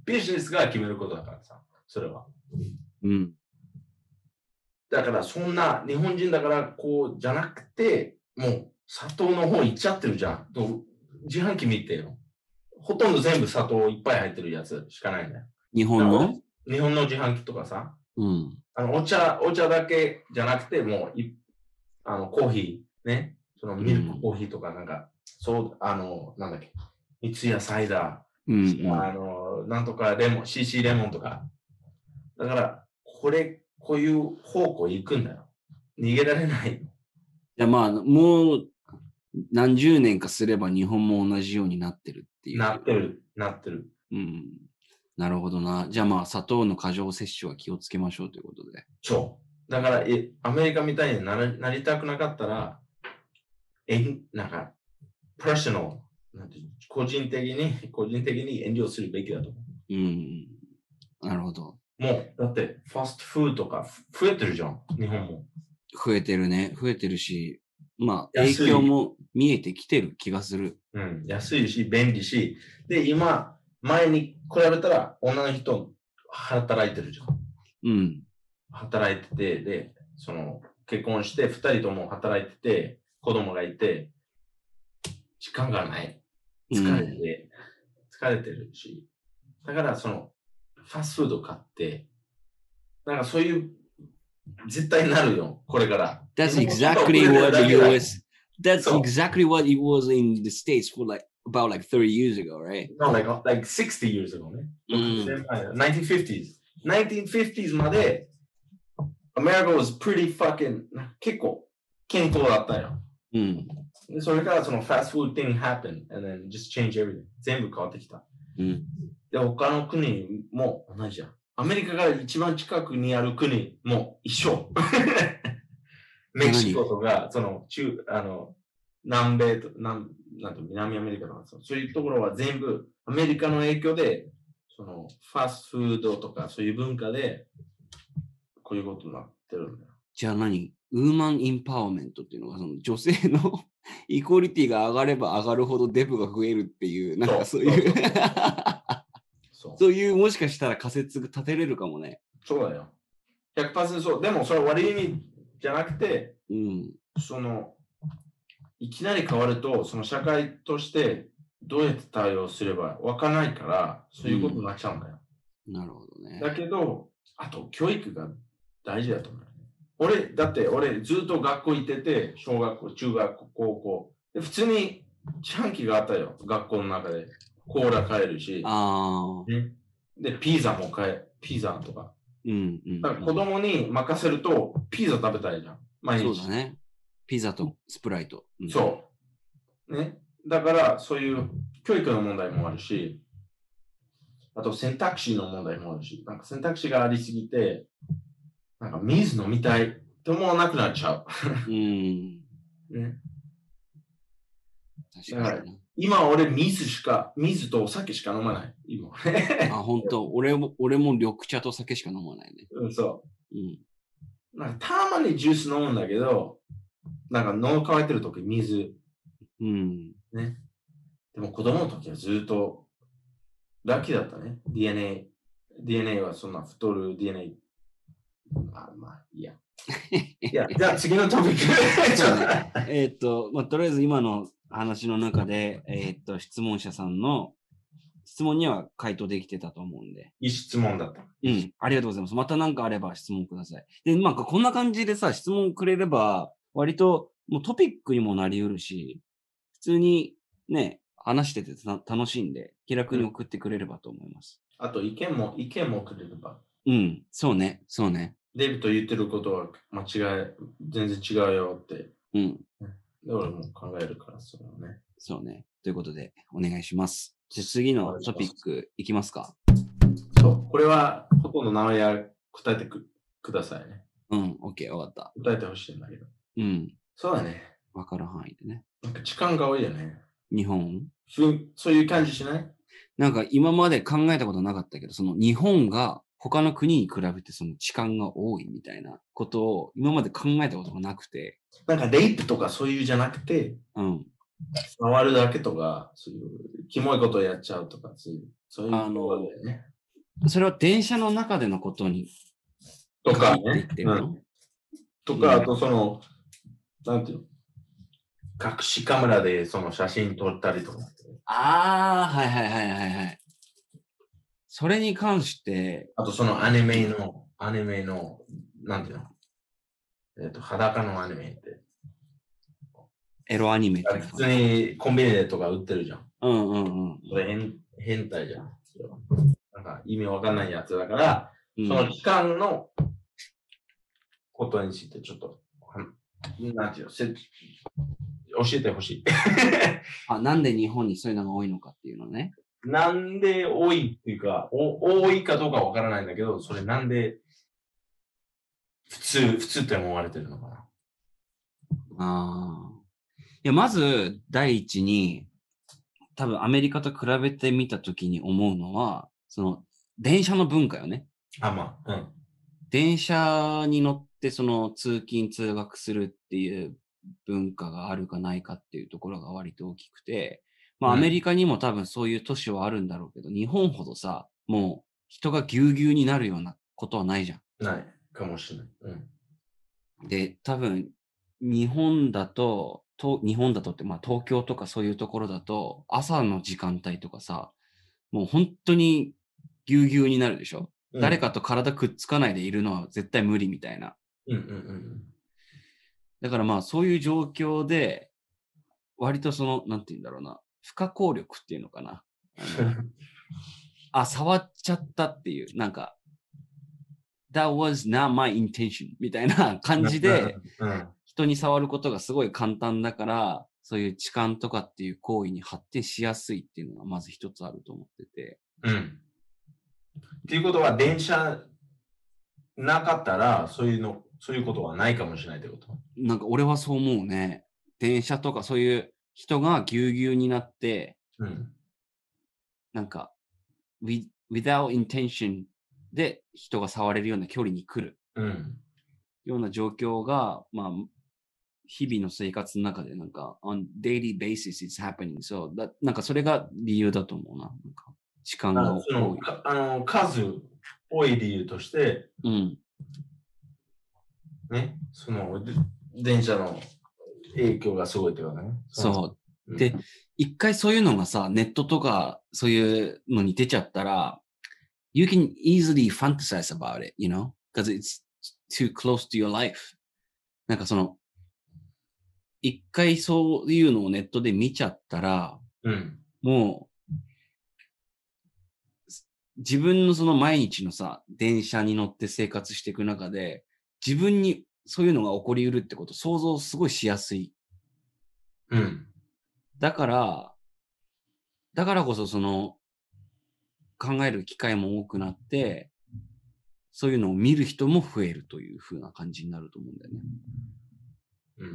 ビジネスが決めることだからさ、それは。 うん。 だからそんな日本人だからこうじゃなくて、もう砂糖の方行っちゃってるじゃん。自販機見てよ。ほとんど全部砂糖いっぱい入ってるやつしかないんだよ。 日本の日本の自販機とかさ。 うん。 あの、お茶、お茶だけじゃなくて、もうい、あの、コーヒー、ね。そのミルクコーヒーとかなんか、うん、そう、あの、なんだっけ。三ツ矢サイダー。うんうん、あの、なんとかレモン、シーシー レモンとか。だから、これ、こういう方向行くんだよ。逃げられない。いや、まあ、もう何十年かすれば日本も同じようになってるっていう。 なってる、なってる。 うん。なるほどな。じゃあまあ、砂糖の過剰摂取は気をつけましょうということで。 そう。だから、え、アメリカみたいになり、なりたくなかったら、え、なんか、プラッショナル、なんて個人的に、個人的に遠慮するべきだと思う。 うん。なるほど。 もう、だって、ファストフードとか増えてるじゃん、日本も。 増えてるね。増えてるし、まあ、影響も見えてきてる気がする。 うん、安いし、便利し。で、今、前に比べたら、女の人、働いてるじゃん。 うん。 働いてて、で、その、結婚して、二人とも働いてて、子供がいて、時間がない。疲れて、うん、疲れてるし。だから、その、ファストフード買って、なんかそういう、絶対なるよ、これから。 That's exactly what the U S, that's exactly what it was in the States for like, about like thirty years ago, right? No, like, like sixty years ago ね。うん、nineteen fifties. nineteen fifties まで、America was pretty fucking, 結構健康だったよ。 うん。 でそれからその fast food thing happened and then just change everything. 全部変わってきた。 うん。 で、他の国も同じじゃん。アメリカが一番近くにある国も一緒。メキシコとか、その中、あの、南米と、南、なんと南アメリカとか、そういうところは全部アメリカの影響で、そのファストフードとかそういう文化で、こういうことになってるんだよ。 じゃあ何ウーマンインパワーメントっていうのが、その女性のイコリティが上がれば上がるほどデブが増えるっていう、なんかそういう、そう、そういうもしかしたら仮説が立てれるかもね。 そうだよ。ひゃくパーセント そう。でもそれは悪い意味じゃなくて、 うん、 その、いきなり変わると、その社会としてどうやって対応すればわからないから、そういうことになっちゃうんだよ。 うん、なるほどね。 だけど、あと教育が大事だと思う。俺、だって俺ずっと学校行ってて、小学校、中学校、高校。で普通に自販機があったよ、学校の中で。コーラ買えるし。 あね、で、ピザも買え、ピザとか。 うんうん、 だから子供に任せると、ピザ食べたいじゃん。毎日。 そうだね。ピザとスプライト。 うん、そう。ね。だから、そういう教育の問題もあるし、あと選択肢の問題もあるし、なんか選択肢がありすぎて、なんか水飲みたいって思わなくなっちゃう。 うん。 ね。 確かに。 今俺水しか、水とお酒しか飲まない。今。 あ、本当。俺も、俺も緑茶と酒しか飲まないね。 うん、そう。 うん。 なんかたまにジュース飲むんだけど、なんか喉乾いてるとき水。 うん。 ね。でも子供の時はずっとラッキーだったね。ディーエヌエー。ディーエヌエー はそんな太る ディーエヌエー。あ、まあ、いいや。いや、じゃあ次のトピック。 えっと、まあ、とりあえず今の話の中で、えっと、質問者さんの質問には回答できてたと思うんで。 いい質問だった。 うん。ありがとうございます。また何かあれば質問ください。で、まあ、こんな感じでさ、質問くれれば、割ともうトピックにもなり得るし、普通にね、話してて楽しいんで、気楽に送ってくれればと思います。 うん、あと、意見も、意見もくれれば。 うん。そうね。そうね。 デビット言ってることは間違い、全然違うよって。 うん。 で、俺も考えるから、それはね。 そうね。ということで、お願いします。じゃあ次のトピックいきますか。 そう。これは、ほとんど名前や答えて く, くださいね。 うん。OK。わかった。 答えてほしいんだけど。 うん。 そうだね。 わかる範囲でね。 なんか時間が多いよね。 日本そそういう感じしない？ なんか今まで考えたことなかったけど、その日本が他の国に比べてその痴漢が多いみたいなことを今まで考えたことがなくて。 なんかレイプとかそういうじゃなくて、 うん。 触るだけとか、そういうキモいことをやっちゃうとか、そういう、そういう、ね、 あの、 それは電車の中でのことにとか言ってるの、 うん、とか、あとその、なんていうの隠しカメラでその写真撮ったりとか。 ああ、はいはいはいはいはい。それに関して。 あとそのアニメの、アニメの、なんていうのえっ、ー、と、裸のアニメって。 エロアニメって普通にコンビニでとか売ってるじゃん。 うんうんうん。 それ変、変態じゃん。なんか意味わかんないやつだから、うん、その期間のことについてちょっと、なんていうの、せ教えてほしい。 あ、なんで日本にそういうのが多いのかっていうのね。 なんで多いっていうか、お多いかどうかわからないんだけど、それなんで普通、普通って思われてるのかな。 ああ。いや、まず、第一に、多分アメリカと比べてみたときに思うのは、その、電車の文化よね。 あ、まあ、うん。 電車に乗って、その、通勤通学するっていう文化があるかないかっていうところが割と大きくて、まあ、アメリカにも多分そういう都市はあるんだろうけど、うん、日本ほどさ、もう、人がぎゅうぎゅうになるようなことはないじゃん。 ない。かもしれない。 うん。で、多分、日本だと、と日本だとって、まあ東京とかそういうところだと、朝の時間帯とかさ、もう本当にぎゅうぎゅうになるでしょ、うん、誰かと体くっつかないでいるのは絶対無理みたいな。 うんうんうん。 だからまあそういう状況で、割とその、なんて言うんだろうな、不可抗力っていうのかな。あのあ、触っちゃったっていう、なんか、That was not my intention みたいな感じで、人に触ることがすごい簡単だから、そういう痴漢とかっていう行為に発展しやすいっていうのがまず一つあると思ってて。 うん。っていうことは、電車なかったら、そういうの、そういうことはないかもしれないってこと？ なんか俺はそう思うね。電車とかそういう人がぎゅうぎゅうになって、 うん、 なんか、with, without intention で人が触れるような距離に来る。 うん、 ような状況が、まあ、日々の生活の中でなんか、on daily basis it's happening. So, だなんかそれが理由だと思うな。なんか時間が多い。 あのあの数多い理由として、 うん。 ね、その電車の影響がすごいってことね。 そう。で、一、うん、回そういうのがさ、ネットとかそういうのに出ちゃったら、you can easily fantasize about it, you know? Because it's too close to your life. なんかその、一回そういうのをネットで見ちゃったら、 うん、 もう、自分のその毎日のさ、電車に乗って生活していく中で、自分にそういうのが起こりうるってこと想像すごいしやすい。 うん。 だから、だからこそその、考える機会も多くなって、そういうのを見る人も増えるという風な感じになると思うんだよね。 うん。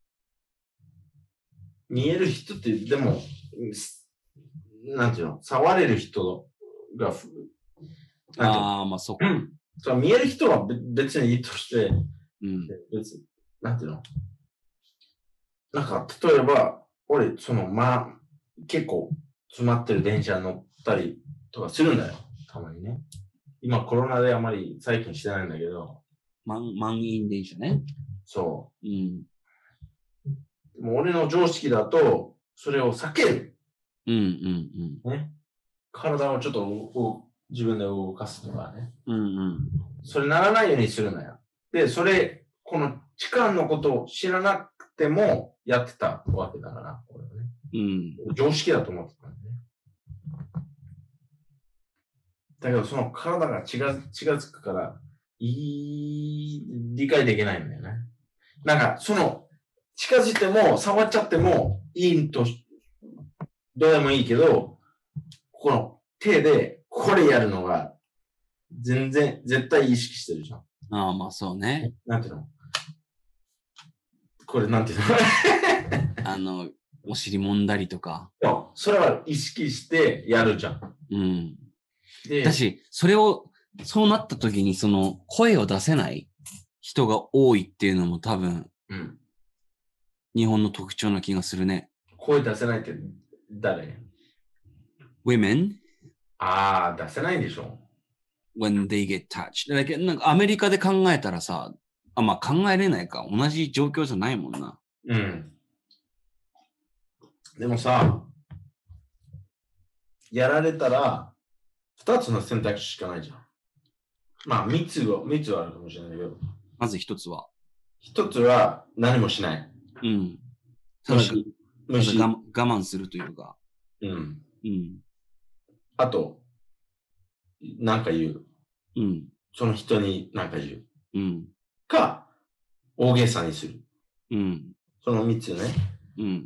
見える人って、でも、なんていうの、触れる人が、 ああ、まあそっか。 そう見える人は別にいいとして、 うん、 別に、なんていうの、なんか、例えば、俺、その、まあ、結構詰まってる電車乗ったりとかするんだよ。たまにね。今コロナであまり最近してないんだけど。 満、満員電車ね。 そう。 うん。 もう俺の常識だと、それを避ける。 うんうんうん。 ね。体をちょっと自分で動かすとかね。 うんうん。 それならないようにするのよ。で、それ、この痴漢のことを知らなくてもやってたわけだから、俺はね。うん。常識だと思ってたんでね。だけど、その体が血が、血がつくから、いい、理解できないんだよね。なんか、その、近づいても、触っちゃってもいいと、どうでもいいけど、この手でこれやるのが、全然、絶対意識してるじゃん。 ああ、まあそうね。 なんていうのこれなんていうのあの、お尻揉んだりとか。 それは意識してやるじゃん。 うん。でだし、それを、そうなった時に、その、声を出せない人が多いっていうのも多分、うん、日本の特徴な気がするね。 声出せないって誰？ women? ああ、出せないんでしょ。 when they get touched. だけどなんかアメリカで考えたらさ、あ、まあ考えれないか。同じ状況じゃないもんな。 うん。でもさ、やられたら、二つの選択肢しかないじゃん。まあ、三つは、三つはあるかもしれないけど。 まず一つは。 一つは何もしない。 うん。ただ、 無視。無視。 ただ我慢するというか。 うん。 うん。 あと、なんか言う。 うん。 その人になんか言う。 うん。 か、大げさにする。 うん。 その三つね。 うんうんうん。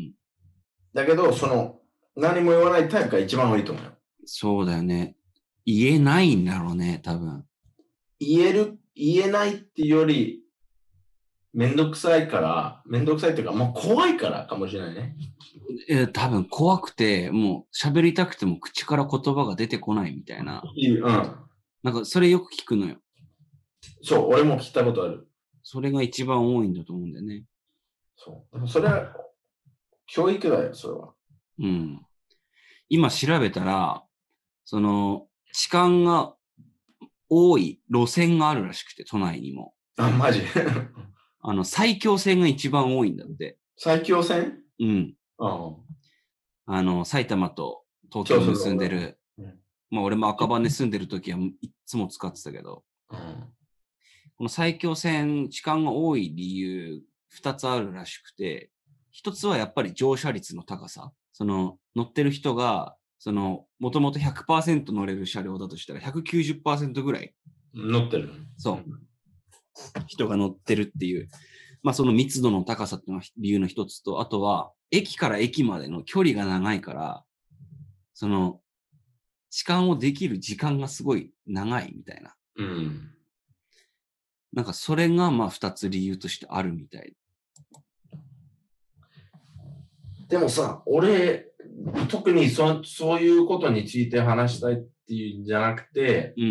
だけど、その、何も言わないタイプが一番多いと思うよ。 そうだよね。言えないんだろうね、多分。 言える、言えないっていうより、めんどくさいから、めんどくさいっていうか、もう怖いからかもしれないね。 えー、多分怖くて、もう喋りたくても口から言葉が出てこないみたいな。 うん。 なんかそれよく聞くのよ。 そう、俺も聞いたことある。 それが一番多いんだと思うんだよね。 そう。でもそれは、教育だよ、それは。 うん。今調べたら、その、痴漢が多い路線があるらしくて、都内にも。 あ、マジあの、埼京線が一番多いんだって。 埼京線うん。 ああの、埼玉と東京を結んでる。 そうそうそううん、 まあ、俺も赤羽に住んでる時はいつも使ってたけど、 うん、 この埼京線、痴漢が多い理由、二つあるらしくて、一つはやっぱり乗車率の高さ。その、乗ってる人が、その、もともと ひゃくパーセント 乗れる車両だとしたら ひゃくきゅうじゅっパーセント ぐらい。 乗ってる。 そう。人が乗ってるっていう。まあその密度の高さっていうのは理由の一つと、あとは、駅から駅までの距離が長いから、その、痴漢をできる時間がすごい長いみたいな。 うん。 なんかそれがまあ二つ理由としてあるみたい。 でもさ、俺、特にそそういうことについて話したいっていうんじゃなくて、 うんうんうん。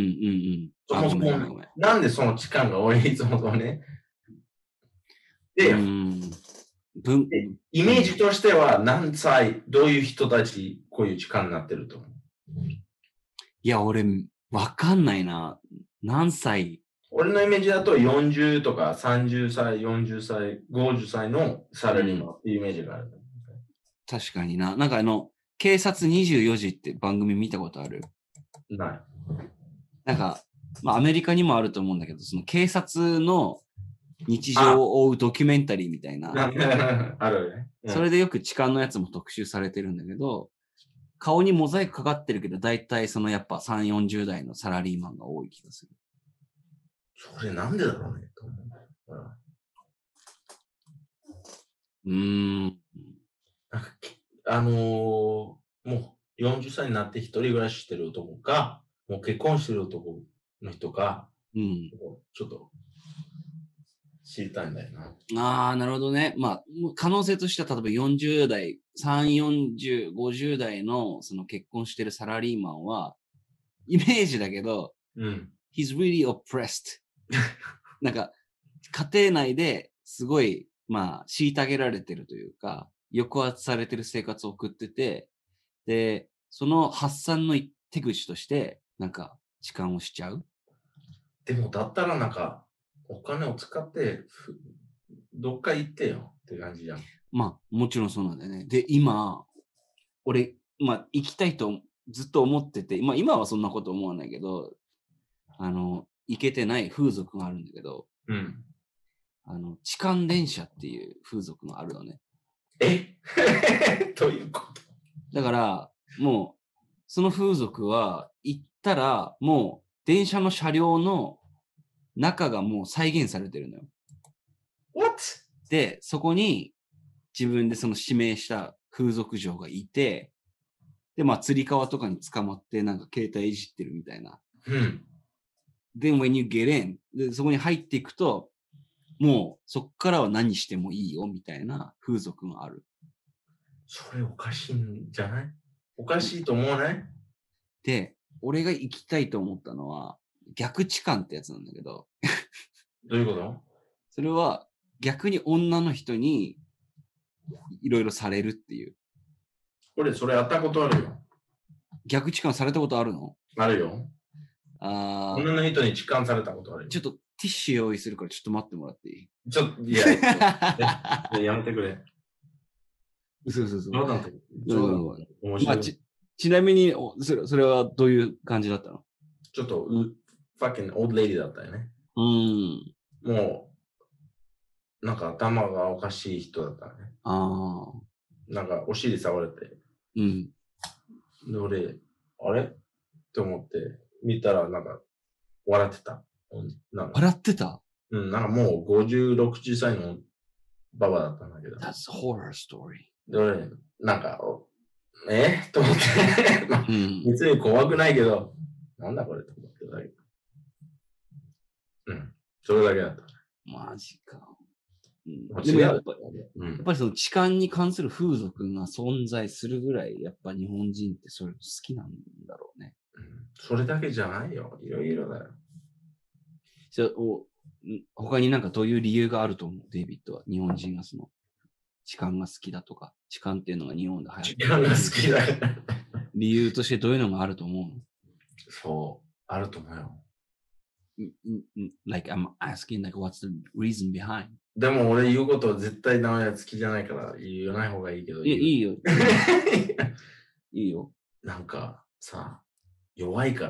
そもそも、なんでその痴漢が多いそもそもね。で、 うん文イメージとしては何歳、どういう人たち、こういう痴漢になってると思う？ いや、俺、わかんないな。何歳？ 俺のイメージだとよんじゅうとかさんじゅっさい、よんじゅっさい、ごじゅっさいのサラリーマンっていうイメージがある。 確かにな。なんかあの、警察にじゅうよじって番組見たことある？ ない。 なんか、まあアメリカにもあると思うんだけど、その警察の日常を追うドキュメンタリーみたいな。 あるね、 うん。それでよく痴漢のやつも特集されてるんだけど、顔にモザイクかかってるけど、だいたいそのやっぱさん、よんじゅう代のサラリーマンが多い気がする。 それなんでだろうね。 うーん。 あのー、もうよんじゅっさいになって一人暮らししてる男か、もう結婚してる男の人か、 うん、 ちょっと知りたいんだよな。 ああ、なるほどね。まあ、可能性としては、例えばよんじゅう代、さん、よんじゅう、ごじゅう代のその結婚してるサラリーマンは、イメージだけど、 うん、 he's really oppressed. なんか、家庭内ですごい、まあ、虐げられてるというか、抑圧されてる生活を送ってて、で、その発散の手口として、なんか、痴漢をしちゃう。 でも、だったらなんか、お金を使って、どっか行ってよって感じじゃん。 まあ、もちろんそうなんだよね。で、今、俺、まあ、行きたいとずっと思ってて、まあ、今はそんなこと思わないけど、あの、行けてない風俗があるんだけど、 うん。 あの、痴漢電車っていう風俗があるのね。 えということだから、もう、その風俗は行ったら、もう、電車の車両の中がもう再現されてるのよ。 What? で、そこに自分でその指名した風俗嬢がいて、で、まあ、釣り革とかに捕まって、なんか携帯いじってるみたいな。 うん。 Then when you get in, で、そこに入っていくと、もうそっからは何してもいいよみたいな風俗がある。 それおかしいんじゃない？おかしいと思わない？ で、俺が行きたいと思ったのは、逆痴漢ってやつなんだけど。 どういうこと？ それは逆に女の人にいろいろされるっていう。 俺、それやったことあるよ。 逆痴漢されたことあるの？ あるよ。 あ女の人に痴漢されたことある。 ちょっとティッシュ用意するからちょっと待ってもらっていい？ ちょっと、いや、いややめてくれ。 嘘嘘嘘。 冗談って、冗談は面白い。 まあ、ち、ちなみにそれ、それはどういう感じだったの？ ちょっと、ファッキンオールレディだったよね。 うん。 もう、なんか頭がおかしい人だったね。 ああ。 なんかお尻触れて。 うん。 で、俺、あれって思って、見たらなんか、笑ってた。なんか笑ってた？ うん、なんかもうごじゅうろくじゅっさいのババだったんだけど。 That's a horror story. で、俺、なんか、えと思って、まあうん。 別に怖くないけど、なんだこれと思ってただけ。うん。それだけだった。 マジか。うん、 まあでもやっぱ、 違ううんやっぱりその痴漢に関する風俗が存在するぐらい、やっぱ日本人ってそれ好きなんだろうね。 うん、それだけじゃないよ。いろいろだよ。 じゃあおん他になんかどういう理由があると思う？デイビッドは。日本人がその痴漢が好きだとか、痴漢っていうのが日本で流行って時間が好きだよ。 理由としてどういうのがあると思うの？ そう、あると思うよ。 んんん Like I'm asking like what's the reason behind? でも俺言うことは絶対名前は好きじゃないから言わない方がいいけど。 いや、 言ういいよ。いいよ。 なんかさ、弱いから。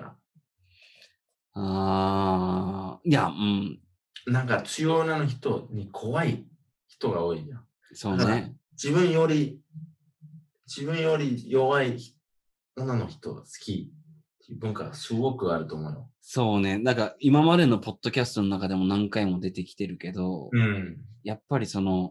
ああ、いや、うん。 なんか強い女の人に怖い人が多いじゃん。 そうね。 自分より、自分より弱い女の人が好きっていう文化がすごくあると思うよ。 そうね。なんか今までのポッドキャストの中でも何回も出てきてるけど、 うん。 やっぱりその、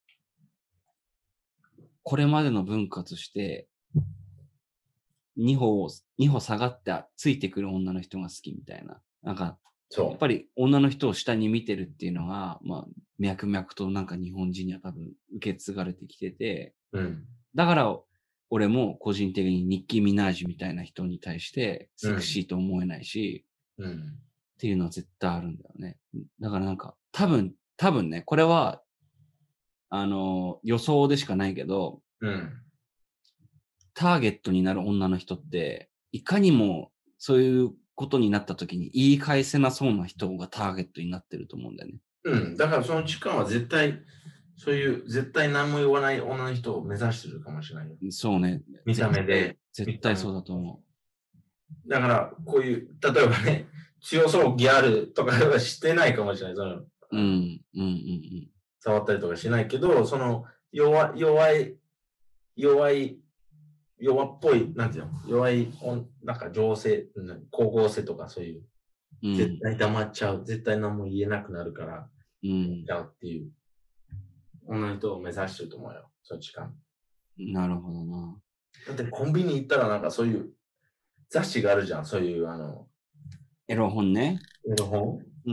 これまでの文化として、二歩、二歩下がってついてくる女の人が好きみたいな。なんか、 そう。 やっぱり女の人を下に見てるっていうのが、まあ、脈々となんか日本人には多分受け継がれてきてて、 うん。 だから俺も個人的にニッキー・ミナージュみたいな人に対してセクシーと思えないし、 うん。 っていうのは絶対あるんだよね。だからなんか、多分、多分ね、これは、あの、予想でしかないけど、 うん。 ターゲットになる女の人って、いかにもそういうことになった時に言い返せなそうな人がターゲットになってると思うんだよね。 うん。だからその時間は絶対、そういう絶対何も言わない女の人を目指してるかもしれないよ。 そうね。 見た目で。 絶対そうだと思う。だから、こういう、例えばね、強そうギャルとかはしてないかもしれない。そのう。うん、うん、うん、うん。 触ったりとかしないけど、その弱弱い、弱い、弱っぽい、なんていうの、弱い、なんか情勢、光合成とかそういう、 うん、 絶対黙っちゃう、絶対何も言えなくなるから、 うん、 やうっていう、女の人を目指してると思うよ、その時間。 なるほどな。 だってコンビニ行ったらなんかそういう雑誌があるじゃん、そういうあの、 エロ本ね。 エロ本うん。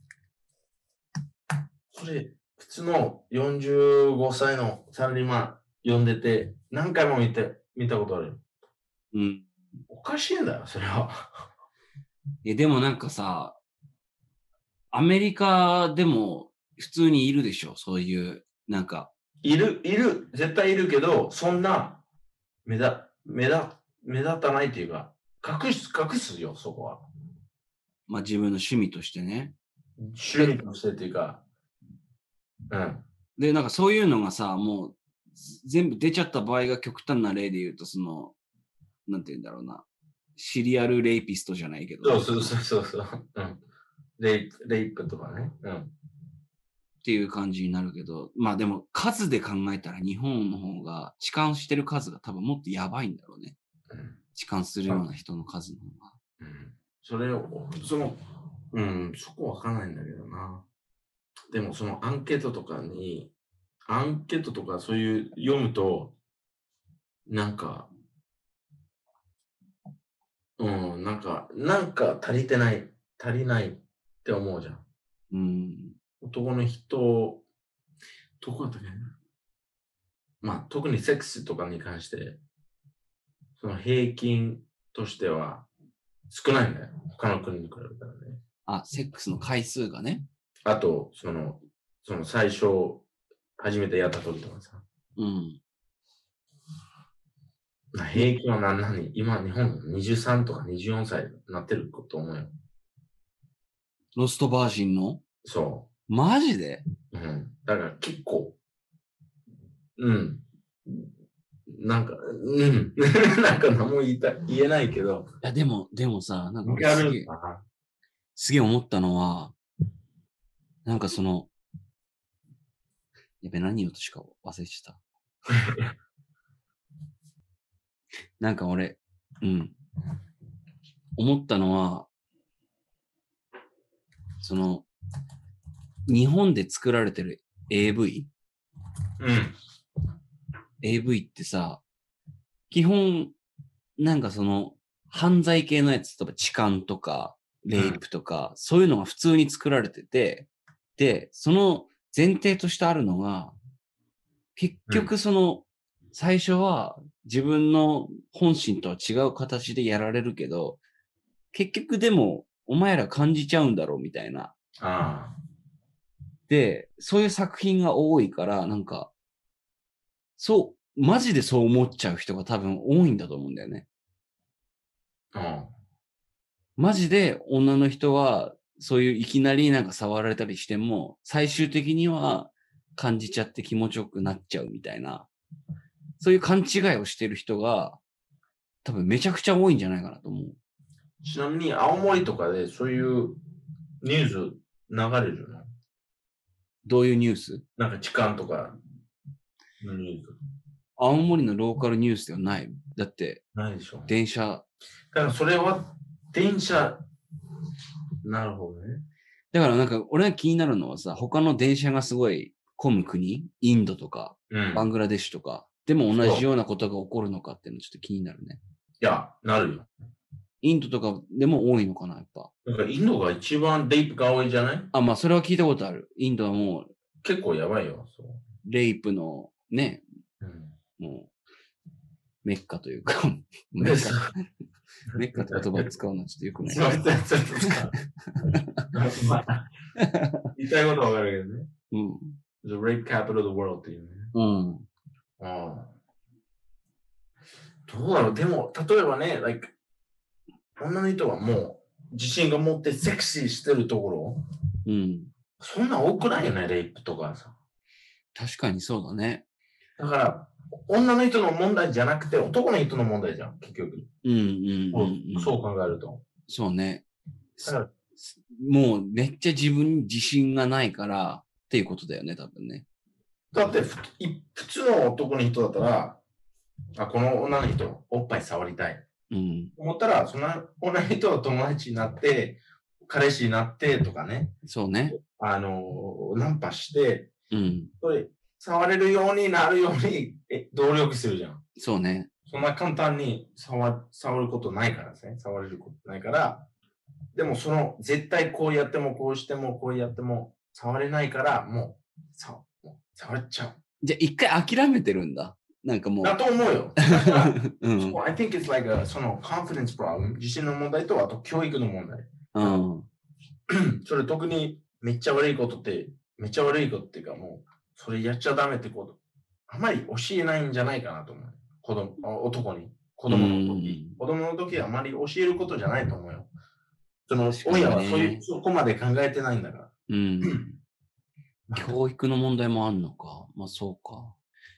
それ、普通のよんじゅうごさいのサラリーマン読んでて、何回も見て、見たことある。 うん。 おかしいんだよ、それは。 いや、でもなんかさ、アメリカでも普通にいるでしょ、そういう、なんか。 いる、いる、絶対いるけど、そんな、目立、目立、目立たないっていうか、隠す、隠すよ、そこは。 まあ自分の趣味としてね。 趣味としてっていうか、うん。 で、なんかそういうのがさ、もう全部出ちゃった場合が極端な例で言うと、その、なんて言うんだろうな。シリアルレイピストじゃないけど。 そうそうそうそう。うん。レイプ、レイプとかね。うん。 っていう感じになるけど、まあでも数で考えたら日本の方が痴漢してる数が多分もっとやばいんだろうね。うん、痴漢するような人の数の方が。 うん。それを、その、うん、そこわかんないんだけどな。でもそのアンケートとかに、アンケートとかそういう読むと、なんか、うん、なんか、なんか足りてない、足りないって思うじゃん。 うん。 男の人、どこだったっけな。まあ、特にセックスとかに関して、その平均としては少ないんだよ。他の国に比べたらね。 あ、セックスの回数がね。 あと、その、その最初、初めてやった時とかさ。 うん。 平均は何なに今、日本にじゅうさんとかにじゅうよんさいになってると思うよ。 ロストバージンのそう。マジでうん。だから結構、うん。なんか、うん。なんか何も言いた言えないけど。 いや、でも、でもさ、なんか俺すげえ、すげえ思ったのは、なんかその、やべ、何言うとしか忘れてた。なんか俺、うん。思ったのは、その、日本で作られてる エーブイ、 うん。 エーブイ ってさ、基本、なんかその、犯罪系のやつ、例えば痴漢とか、レイプとか、うん、そういうのが普通に作られてて、で、その前提としてあるのが、結局その、最初は自分の本心とは違う形でやられるけど、結局でも、お前ら感じちゃうんだろうみたいな。 ああ。 で、そういう作品が多いから、なんか、そう、マジでそう思っちゃう人が多分多いんだと思うんだよね。 うん。 マジで女の人は、そういういきなりなんか触られたりしても、最終的には感じちゃって気持ちよくなっちゃうみたいな、そういう勘違いをしてる人が、多分めちゃくちゃ多いんじゃないかなと思う。 ちなみに、青森とかでそういうニュース流れるの？ どういうニュース？ なんか痴漢とかのニュース。 青森のローカルニュースではない。だって、 ないでしょ。 電車。 だからそれは、電車、なるほどね。 だからなんか、俺が気になるのはさ、他の電車がすごい混む国、インドとか、うん、バングラデシュとか、でも同じようなことが起こるのかっていうのちょっと気になるね。 いや、なるよ。 インドとかでも多いのかな、やっぱ。 なんかインドが一番レイプが多いじゃない？ あ、まあそれは聞いたことある。インドはもう。 結構やばいよ。そう。 レイプのね、うん、もう、メッカというか、メッカ、メッカって言葉使うのはちょっとよくない。 言いたいことはわかるけどね。うん。The rape capital of the world っていうね。うん。ああ。どうだろう。でも、例えばね、like、女の人はもう自信が持ってセクシーしてるところ、うん。そんな多くないよね、レイプとかさ。 確かにそうだね。 だから、女の人の問題じゃなくて、男の人の問題じゃん、結局。うんうんうん、うん、そう考えると。 そうね。だからもうめっちゃ自分に自信がないからっていうことだよね、多分ね。 だって普通の男の人だったら、あ、この女の人、おっぱい触りたい。うん。思ったら、その女の人と友達になって、彼氏になってとかね。 そうね。 あの、ナンパして、うん。それ、触れるようになるようにえ努力するじゃん。 そうね。 そんな簡単に触触ることないからね。触れることないから。でもその、絶対こうやってもこうしてもこうやっても触れないから、もう、さ触っちゃう。 じゃあ一回諦めてるんだ。なんかもう。 だと思うよ。うん、so I think it's like a, その confidence problem、自信の問題と、あと教育の問題。うん、それ特にめっちゃ悪いことって、めっちゃ悪いことっていうかもう、それやっちゃダメってこと、あまり教えないんじゃないかなと思う。子供、男に。子供の時。子供の時はあまり教えることじゃないと思うよ。その、親はそういう、そこまで考えてないんだから。うん。 教育の問題もあんのか。まあそうか。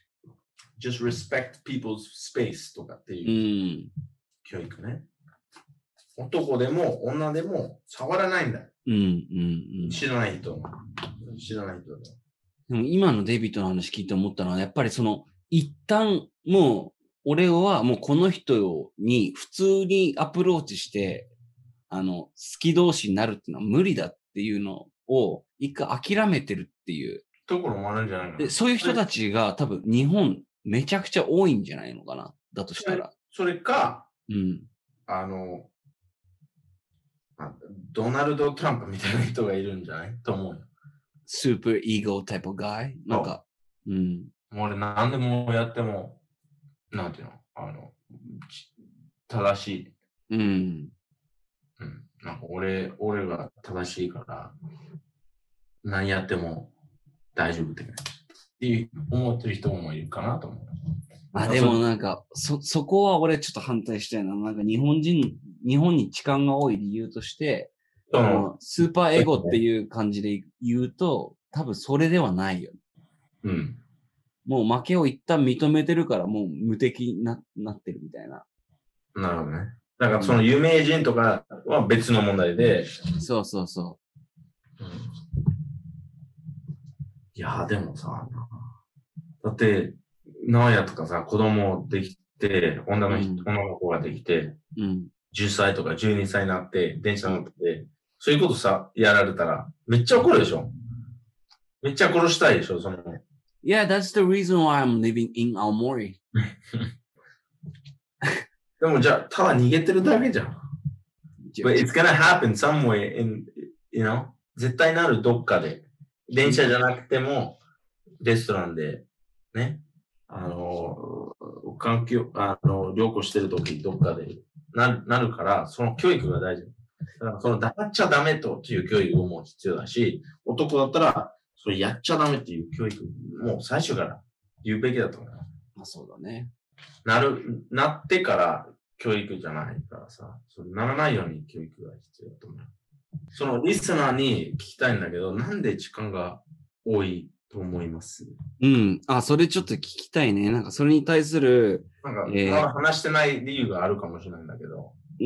just respect people's space とかっていう教育ね。うん、男でも女でも触らないんだよ。うんうんうん、知らない人。知らない人だ。 でも今のデビットの話聞いて思ったのは、やっぱりその、一旦もう、俺はもうこの人に普通にアプローチして、あの、好き同士になるっていうのは無理だっていうのを、一回諦めてるっていう。 ところもあるんじゃないかな。 で、そういう人たちが多分日本めちゃくちゃ多いんじゃないのかな。だとしたら。 それ、それか、うん。あの、ドナルド・トランプみたいな人がいるんじゃないと思うよ。 スーパーイーゴータイプガイなんか、 うん。もう俺何でもやっても、なんていうのあの、正しい。うん。うん。なんか俺、俺が正しいから、何やっても大丈夫ってって思ってる人もいるかなと思う。 あ、でもなんか、そ、そこは俺ちょっと反対したいな。なんか日本人、日本に痴漢が多い理由として、 うんあのスーパーエゴっていう感じで言うと、多分それではないよ。 うん。 もう負けを一旦認めてるからもう無敵に な, なってるみたいな。 なるほどね。だからその有名人とかは別の問題で。 そうそうそう。 うん、いやでもさ、だって、直哉とかさ、子供できて、女の人、うん、女の子ができて、うん、じゅっさいとかじゅうにさいになって、電車乗ってて、そういうことさ、やられたら、めっちゃ怒るでしょ。めっちゃ殺したいでしょ、その。 Yeah, that's the reason why I'm living in Aomori. でもじゃあ、ただ逃げてるだけじゃん。But it's gonna happen somewhere in, you know? 絶対なるどっかで。電車じゃなくても、レストランで、ね。あの、環境、あの、旅行してるときどっかでななるから、その教育が大事。だからその黙っちゃダメという教育も必要だし、男だったら、それやっちゃダメっていう教育も最初から言うべきだと思う。 まあそうだね。 なる、なってから教育じゃないからさ、それならないように教育が必要だと思う。そのリスナーに聞きたいんだけど、なんで時間が多いと思います？ うん。あ、それちょっと聞きたいね。なんかそれに対する。 なんか、えー、まだ話してない理由があるかもしれないんだけど。 うん。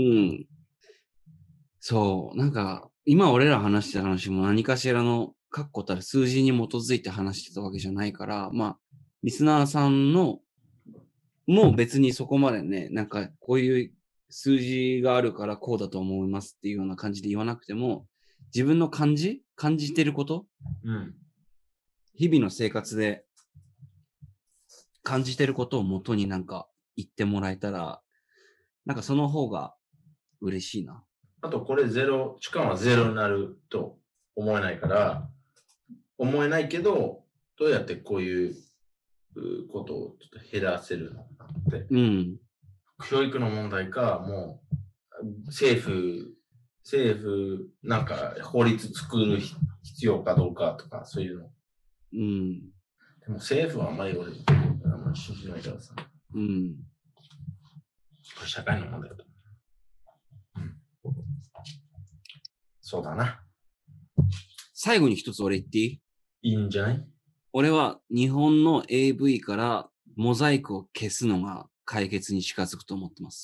そう。なんか、今俺ら話してた話も何かしらの確固たる数字に基づいて話してたわけじゃないから、まあ、リスナーさんの、もう別にそこまでね、なんかこういう数字があるからこうだと思いますっていうような感じで言わなくても、自分の感じ感じてること、うん、日々の生活で感じてることを元になんか言ってもらえたら、なんかその方が嬉しいな。 あとこれゼロ、時間はゼロになると思えないから、思えないけど、どうやってこういうことをちょっと減らせるのかって。うん。教育の問題か、もう政府、政府、なんか法律作る必要かどうかとか、そういうの。うん。でも政府はあんまり俺、あんまり信じないからさ。うん。これ社会の問題だと。うん。そうだな。 最後に一つ俺言っていい？ いいんじゃない？ 俺は日本の エーブイ からモザイクを消すのが解決に近づくと思ってます。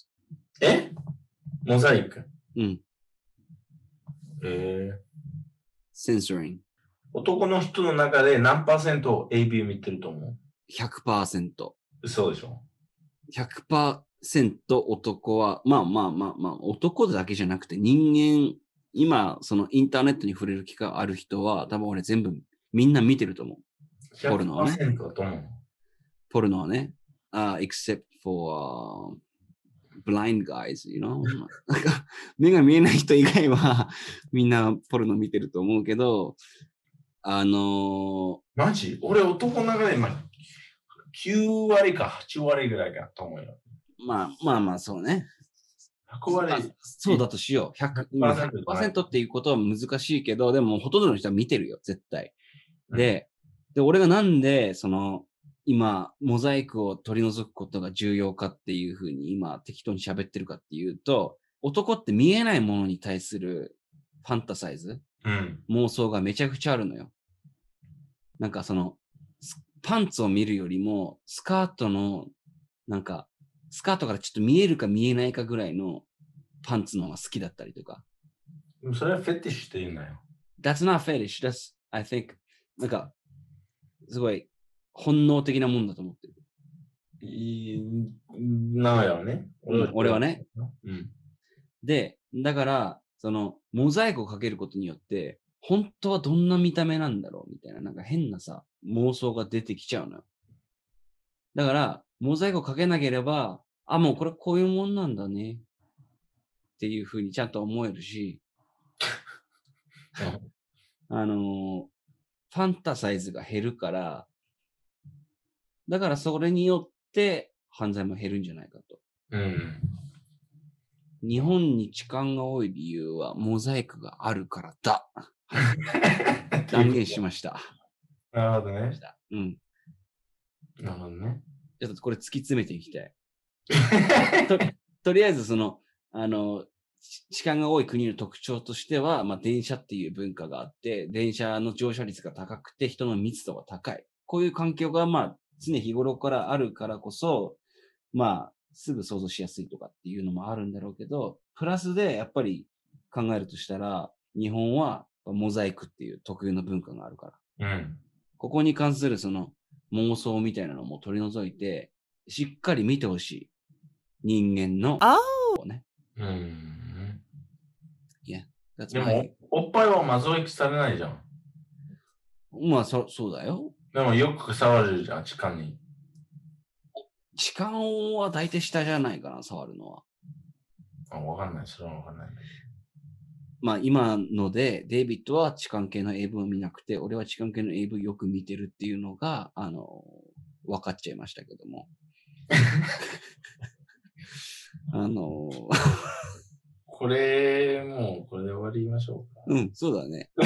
え？モザイク？うん。 えー。センソリング。 男の人の中で何パーセント エービー を見てると思う？ ひゃくパーセント。 そうでしょ？ ひゃくパーセント 男は、まあまあまあまあ、男だけじゃなくて人間、今、そのインターネットに触れる機会ある人は、多分俺全部みんな見てると思う。ポルノはね。 ひゃくパーセント だと思う。 ポルノはね。Uh, except for、uh, blind guys, you know? なんか目が見えない人以外はみんなポルノ見てると思うけど、あのー、 マジ？俺男の中で今きゅうわりかはちわりぐらいかと思うよ。 まあまあまあそうね。 ひゃくわり。 そうだとしよう。ひゃくパーセントっていうことは難しいけど、でもほとんどの人は見てるよ、絶対。で、で、俺がなんで、その、今、モザイクを取り除くことが重要かっていうふうに今、適当に喋ってるかっていうと、男って見えないものに対するファンタサイズ、うん、妄想がめちゃくちゃあるのよ。なんかその、パンツを見るよりも、スカートの、なんか、スカートからちょっと見えるか見えないかぐらいのパンツの方が好きだったりとか。 でもそれはフェティッシュって言うんだよ。 That's not fetish. That's, I think, なんか、すごい本能的なもんだと思ってる。 いい、なよね。 俺は、俺はね、うん。で、だから、その、モザイクをかけることによって、本当はどんな見た目なんだろうみたいな、なんか変なさ、妄想が出てきちゃうのよ。だから、モザイクをかけなければ、あ、もうこれこういうもんなんだね。っていうふうにちゃんと思えるし、あのー、ファンタサイズが減るから、だからそれによって犯罪も減るんじゃないかと。うん、日本に痴漢が多い理由はモザイクがあるからだ。断言しました。 なるほどね。 うん。 なるほどね。 ちょっとこれ突き詰めていきたい。と, とりあえずその、あの、痴漢が多い国の特徴としては、まあ、電車っていう文化があって、電車の乗車率が高くて人の密度が高い。こういう環境が、まあ、常日頃からあるからこそ、まあ、すぐ想像しやすいとかっていうのもあるんだろうけど、プラスでやっぱり考えるとしたら、日本はモザイクっていう特有の文化があるから。 うん。 ここに関するその妄想みたいなのも取り除いて、しっかり見てほしい。人間の、ね。 うん。 いや、 でも、おっぱいはマゾイクされないじゃん。 まあ、そ、そうだよ。 でもよく触るじゃん、痴漢に。 痴漢は大体下じゃないかな、触るのは。 あ、わかんない。それはわかんない。 まあ、今ので、デイビッドは痴漢系の エーブイ を見なくて、俺は痴漢系の エーブイ よく見てるっていうのが、あの、分かっちゃいましたけども。あのこれ、もう、これで終わりましょうか。 うん、そうだね。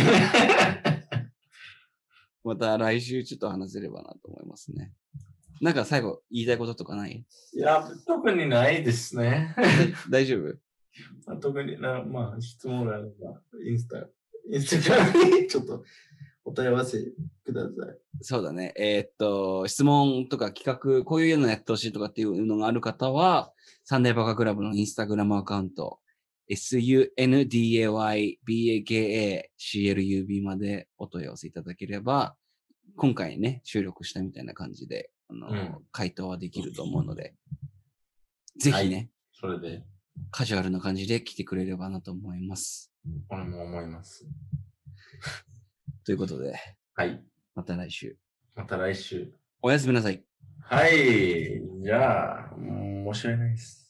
また来週ちょっと話せればなと思いますね。なんか最後言いたいこととかない？ いや、特にないですね。 大丈夫？ 特にな、まあ、質問があれば、インスタ、インスタグラムにちょっとお問い合わせください。 そうだね。えー、っと、質問とか企画、こういうのやってほしいとかっていうのがある方は、サンデーバカクラブのインスタグラムアカウント、エスユーエヌディーエーワイビーエーケーエーシーエルユービー までお問い合わせいただければ、今回ね、収録したみたいな感じで、あの、うん、回答はできると思うので、ぜひね、はい、 それで、 カジュアルな感じで来てくれればなと思います。 俺も思います。 ということで、 はい。 また来週。 また来週。 おやすみなさい。 はい。じゃあ、申し訳ないです。